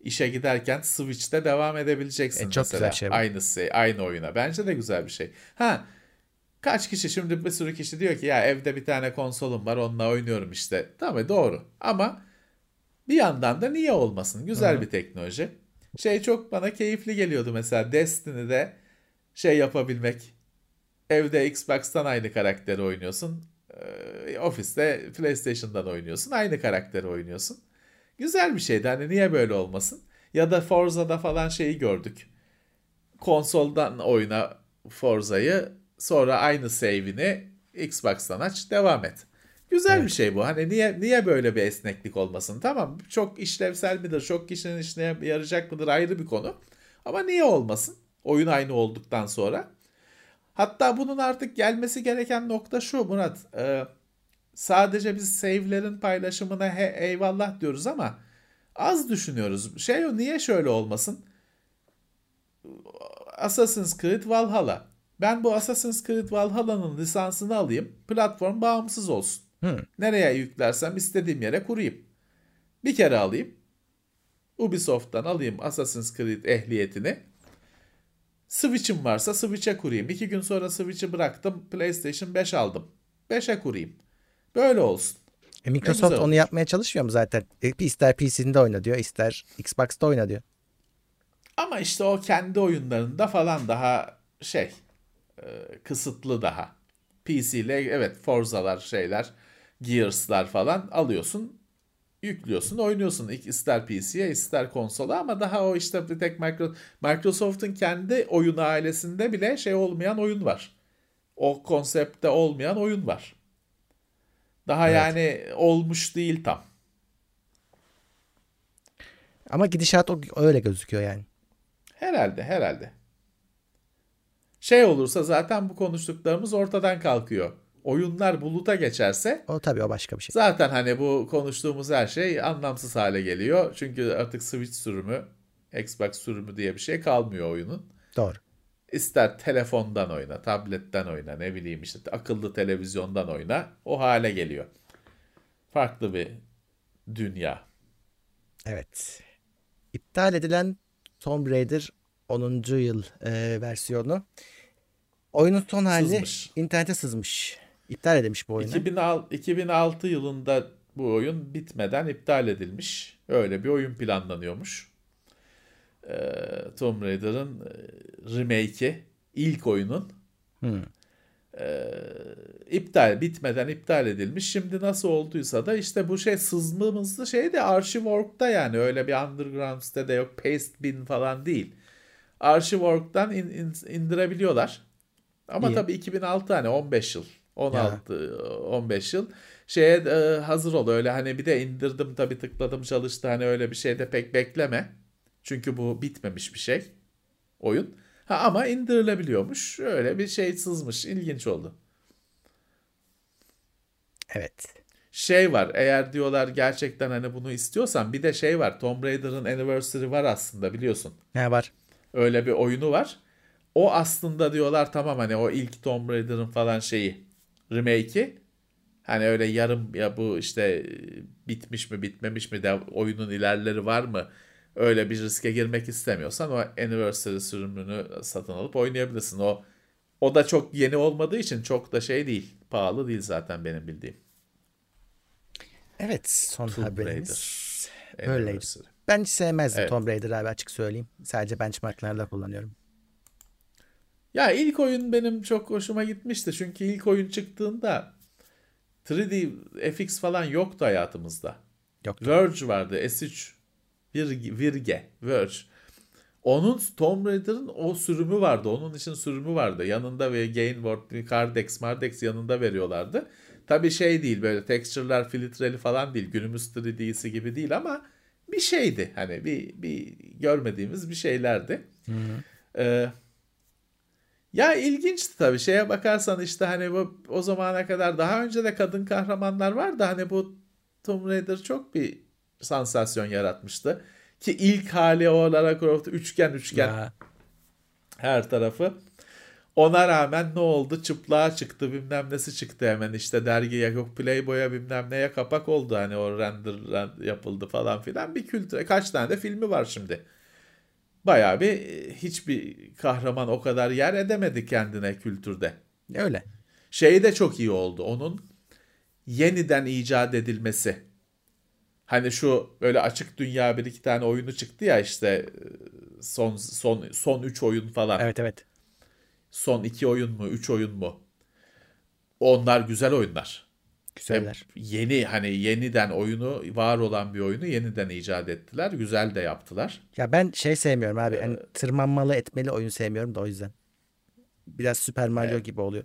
işe giderken Switch'te devam edebileceksin Çok mesela. güzel bir şey bu. Aynı oyuna. Bence de güzel bir şey. Ha, kaç kişi şimdi bir sürü kişi diyor ki ya evde bir tane konsolum var onunla oynuyorum işte. Tabii doğru. Ama bir yandan da niye olmasın? Güzel bir teknoloji. Çok bana keyifli geliyordu mesela Destiny'de yapabilmek. Evde Xbox'tan aynı karakteri oynuyorsun. Ofiste PlayStation'dan oynuyorsun. Aynı karakteri oynuyorsun. Güzel bir şeydi. Hani niye böyle olmasın? Ya da Forza'da falan gördük. Konsoldan oyna Forza'yı, sonra aynı save'ini Xbox'tan aç, devam et. Güzel bir şey bu. Hani niye böyle bir esneklik olmasın? Tamam, çok işlevsel midir? Çok kişinin işine yarayacak mıdır? Ayrı bir konu. Ama niye olmasın? Oyun aynı olduktan sonra. Hatta bunun artık gelmesi gereken nokta şu Murat. Sadece biz save'lerin paylaşımına eyvallah diyoruz ama az düşünüyoruz. Niye şöyle olmasın? Assassin's Creed Valhalla. Ben bu Assassin's Creed Valhalla'nın lisansını alayım. Platform bağımsız olsun. Nereye yüklersem istediğim yere kurayım. Bir kere alayım. Ubisoft'tan alayım Assassin's Creed ehliyetini. Switch'im varsa Switch'e kurayım. 2 gün sonra Switch'i bıraktım. PlayStation 5 aldım. 5'e kurayım. Böyle olsun. Microsoft onu yapmaya çalışmıyor mu zaten? İster PC'inde oyna diyor, ister Xbox'ta oyna diyor. Ama işte o kendi oyunlarında falan daha kısıtlı daha. PC ile evet Forza'lar Gears'lar falan alıyorsun, yüklüyorsun, oynuyorsun. İster PC'ye ister konsola ama daha o bir tek Microsoft'un kendi oyun ailesinde bile olmayan oyun var. O konseptte olmayan oyun var. Daha yani olmuş değil tam. Ama gidişat öyle gözüküyor yani. Herhalde. Olursa zaten bu konuştuklarımız ortadan kalkıyor. Oyunlar buluta geçerse O tabii o başka bir şey. zaten hani bu konuştuğumuz her şey anlamsız hale geliyor. Çünkü artık Switch sürümü, Xbox sürümü diye bir şey kalmıyor oyunun. Doğru. İster telefondan oyna, tabletten oyna, ne bileyim akıllı televizyondan oyna. O hale geliyor. Farklı bir dünya. Evet. İptal edilen Tomb Raider 10. yıl versiyonu. Oyunun son hali Sızmış. internete sızmış. İptal edilmiş bu oyunu. 2006 yılında bu oyun bitmeden iptal edilmiş. Öyle bir oyun planlanıyormuş. Tomb Raider'ın remake'i, ilk oyunun bitmeden iptal edilmiş. Şimdi nasıl olduysa da bu sızmamızda de Archive.org'da, yani öyle bir underground sitede yok, Pastebin falan değil. Archive.org'dan indirebiliyorlar. Ama İyi. tabii 2006 hani 15 yıl. 15 yıl hazır ol, öyle hani bir de indirdim tabii, tıkladım çalıştı, hani öyle bir şeyde pek bekleme. Çünkü bu bitmemiş bir oyun. Ama indirilebiliyormuş. Öyle bir sızmış. İlginç oldu. Evet. Var, eğer diyorlar gerçekten hani bunu istiyorsan, bir de var, Tomb Raider'ın Anniversary var aslında, biliyorsun. Ne var? Öyle bir oyunu var. O aslında diyorlar tamam, hani o ilk Tomb Raider'ın falan remake'i, hani öyle yarım ya bu bitmiş mi bitmemiş mi de oyunun ilerleri var mı, öyle bir riske girmek istemiyorsan o Anniversary sürümünü satın alıp oynayabilirsin. O da çok yeni olmadığı için çok da değil, pahalı değil zaten benim bildiğim. Evet, son Tomb haberimiz Raider böyleydi. Anniversary. Ben hiç sevmezdim Evet. Tomb Raider abi, açık söyleyeyim. Sadece benchmarklarda kullanıyorum. Ya ilk oyun benim çok hoşuma gitmişti. Çünkü ilk oyun çıktığında 3D FX falan yoktu hayatımızda. Yoktu. Verge vardı, S3. Verge. Onun Tomb Raider'ın o sürümü vardı. Onun için sürümü vardı. Yanında ve Game World, Cardex yanında veriyorlardı. Tabii değil, böyle texture'lar filtreli falan değil. Günümüz 3D'si gibi değil ama bir şeydi. Hani bir görmediğimiz bir şeylerdi. Ya ilginçti tabii. Bakarsan hani bu o zamana kadar daha önce de kadın kahramanlar vardı. Hani bu Tomb Raider çok bir sansasyon yaratmıştı. Ki ilk hali o Lara Croft üçgen Ya. her tarafı. Ona rağmen ne oldu? Çıplığa çıktı, bilmem nesi çıktı hemen. İşte dergiye, yok Playboy'a bilmem neye kapak oldu. Hani o render yapıldı falan filan. Bir kültüre kaç tane de filmi var şimdi. Bayağı bir hiçbir kahraman o kadar yer edemedi kendine kültürde. Öyle. Şey de çok iyi oldu. Onun yeniden icat edilmesi. Hani şu böyle açık dünya bir iki tane oyunu çıktı ya işte son 3 oyun falan. Evet evet. Son 2 oyun mu, 3 oyun mu? Onlar güzel oyunlar. Güzeller. Yeni hani yeniden oyunu, var olan bir oyunu yeniden icat ettiler. Güzel de yaptılar. Ya ben şey sevmiyorum abi. Hani tırmanmalı etmeli oyun sevmiyorum da o yüzden. Biraz Super Mario gibi oluyor.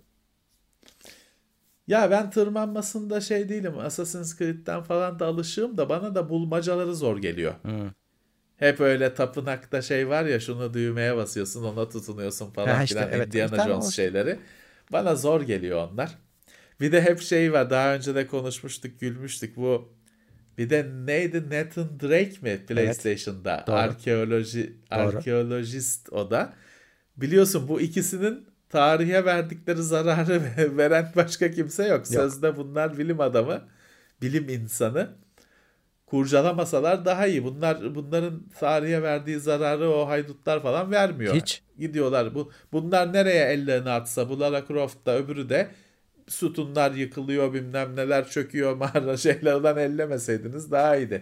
Ya ben tırmanmasında şey değilim. Assassin's Creed'den falan da alışığım da bana da bulmacaları zor geliyor. Hep öyle tapınakta şey var ya, şunu düğmeye basıyorsun, ona tutunuyorsun falan Ha işte, filan, evet. Indiana Tamam, Jones o işte. şeyleri. Bana zor geliyor onlar. Bir de hep şey var, daha önce de konuşmuştuk, gülmüştük bu. Bir de neydi, Nathan Drake mi PlayStation'da? Doğru. Doğru. Arkeolojist o da. Biliyorsun bu ikisinin tarihe verdikleri zararı veren başka kimse yok. Yok. Sözde bunlar bilim adamı, bilim insanı. Kurcalamasalar daha iyi. Bunların tarihe verdiği zararı o haydutlar falan vermiyor. Hiç. Gidiyorlar. Bunlar nereye ellerini atsa, bu Lara Croft da öbürü de, sütunlar yıkılıyor, bilmem neler çöküyor, mağara şeylerden ellemeseydiniz daha iyiydi.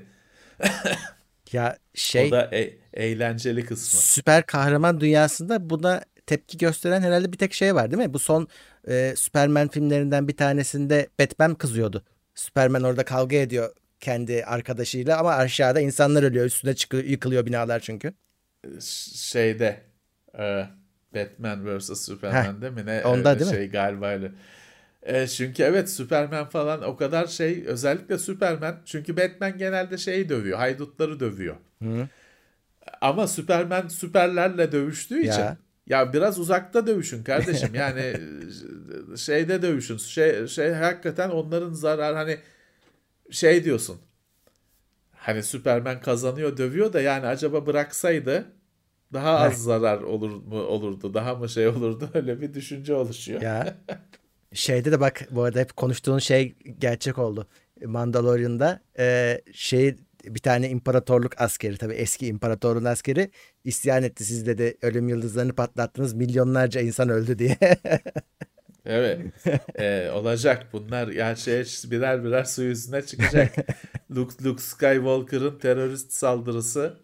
Ya O da eğlenceli kısmı. süper kahraman dünyasında buna tepki gösteren herhalde bir tek şey var değil mi? Bu son Superman filmlerinden bir tanesinde Batman kızıyordu. Superman orada kavga ediyor kendi arkadaşıyla ama aşağıda insanlar ölüyor. Üstüne çıkıyor, yıkılıyor binalar çünkü. Şeyde Batman vs Superman'de mi ne, Onda öyle değil mi? şey galiba öyle. Çünkü evet, Superman falan o kadar şey, özellikle Superman, çünkü Batman genelde şeyi dövüyor, haydutları dövüyor. Hı. Ama Superman süperlerle dövüştüğü için Ya. ya biraz uzakta dövüşün kardeşim. Yani şeyde dövüşün. Şey hakikaten onların zarar, hani şey diyorsun. Hani Superman kazanıyor, dövüyor da yani acaba bıraksaydı daha az zarar olurdu, daha mı şey olurdu, öyle bir düşünce oluşuyor. Ya. Şeyde de bak, bu arada hep konuştuğun şey gerçek oldu. Mandalorian'da bir tane imparatorluk askeri, tabii eski imparatorluğun askeri isyan etti. Siz dedi ölüm yıldızlarını patlattınız, milyonlarca insan öldü diye. Evet. Olacak bunlar, yani birer birer su yüzüne çıkacak. Luke Skywalker'ın terörist saldırısı.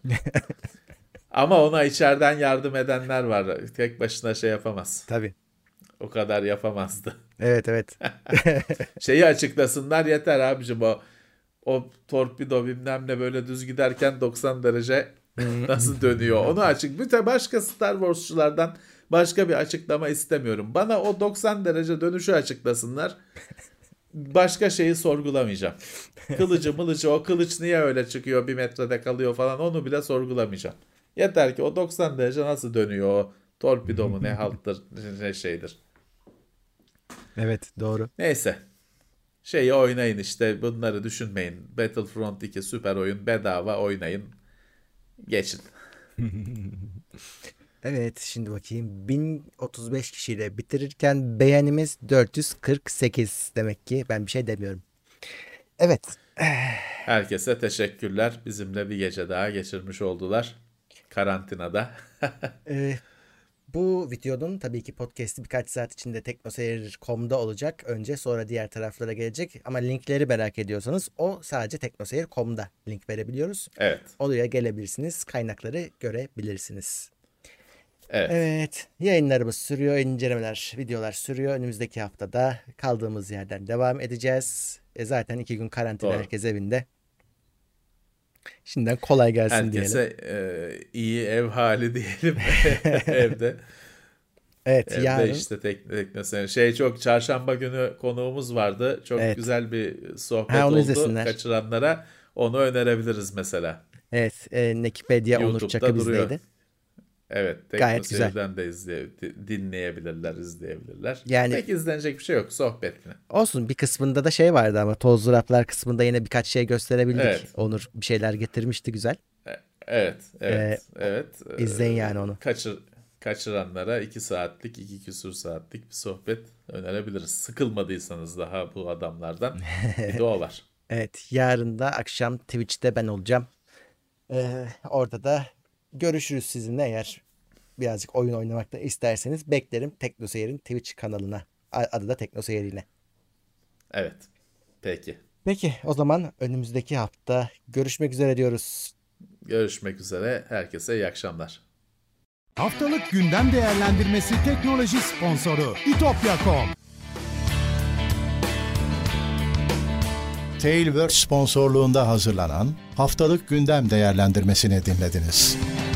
Ama ona içeriden yardım edenler var. Tek başına şey yapamaz. Tabii. O kadar yapamazdı. Evet evet. Şeyi açıklasınlar yeter abicim, o torpido bilmem ne böyle düz giderken 90 derece nasıl dönüyor onu açık. Bütün başka Star Wars'çulardan başka bir açıklama istemiyorum. Bana o 90 derece dönüşü açıklasınlar. Başka şeyi sorgulamayacağım. Mılıcı, o kılıç niye öyle çıkıyor, 1 metrede kalıyor falan, onu bile sorgulamayacağım. Yeter ki o 90 derece nasıl dönüyor, o torpido mu ne halttır ne şeydir. Evet doğru. Neyse. Şeyi oynayın işte, bunları düşünmeyin. Battlefront 2 süper oyun, bedava oynayın. Geçin. Evet, şimdi bakayım, 1035 kişiyle bitirirken beğenimiz 448, demek ki ben bir şey demiyorum. Evet. Herkese teşekkürler. Bizimle bir gece daha geçirmiş oldular. Karantinada. Bu videonun tabii ki podcast'i birkaç saat içinde teknoseyir.com'da olacak. Önce, sonra diğer taraflara gelecek. Ama linkleri merak ediyorsanız o sadece teknoseyir.com'da link verebiliyoruz. Evet. Oraya gelebilirsiniz. Kaynakları görebilirsiniz. Evet. Evet. Yayınlarımız sürüyor. İncelemeler, videolar sürüyor. Önümüzdeki haftada kaldığımız yerden devam edeceğiz. Zaten 2 gün karantina, Doğru. herkes evinde. Şimdiden kolay gelsin diyelim. Herkese iyi ev hali diyelim. Evde. Evet, Evde yarın. işte teknoseyir. Çok çarşamba günü konuğumuz vardı. Çok Evet. güzel bir sohbet Onu oldu. izlesinler. Kaçıranlara onu önerebiliriz mesela. Evet. Nekipedia Onur YouTube'da Çakı duruyor. bizdeydi. Evet, Gayet güzel. teknoseyirden de dinleyebilirler, izleyebilirler. Yani- Pek izlenecek bir şey yok, sohbet mi? Olsun, bir kısmında da şey vardı ama tozlu raflar kısmında yine birkaç şey gösterebildik. Evet. Onur bir şeyler getirmişti, güzel. Evet. İzleyin yani onu. kaçıranlara 2 saatlik, 2 küsur saatlik bir sohbet önerebiliriz. Sıkılmadıysanız daha bu adamlardan bir de o var. Evet, yarın da akşam Twitch'te ben olacağım. Orada da görüşürüz sizinle, eğer birazcık oyun oynamak da isterseniz beklerim TeknoSeyir'in Twitch kanalına. Adı da TeknoSeyir yine. Evet. Peki. Peki, o zaman önümüzdeki hafta görüşmek üzere diyoruz. Görüşmek üzere. Herkese iyi akşamlar. Haftalık gündem değerlendirmesi teknoloji sponsoru itopya.com. Tailwords sponsorluğunda hazırlanan haftalık gündem değerlendirmesini dinlediniz.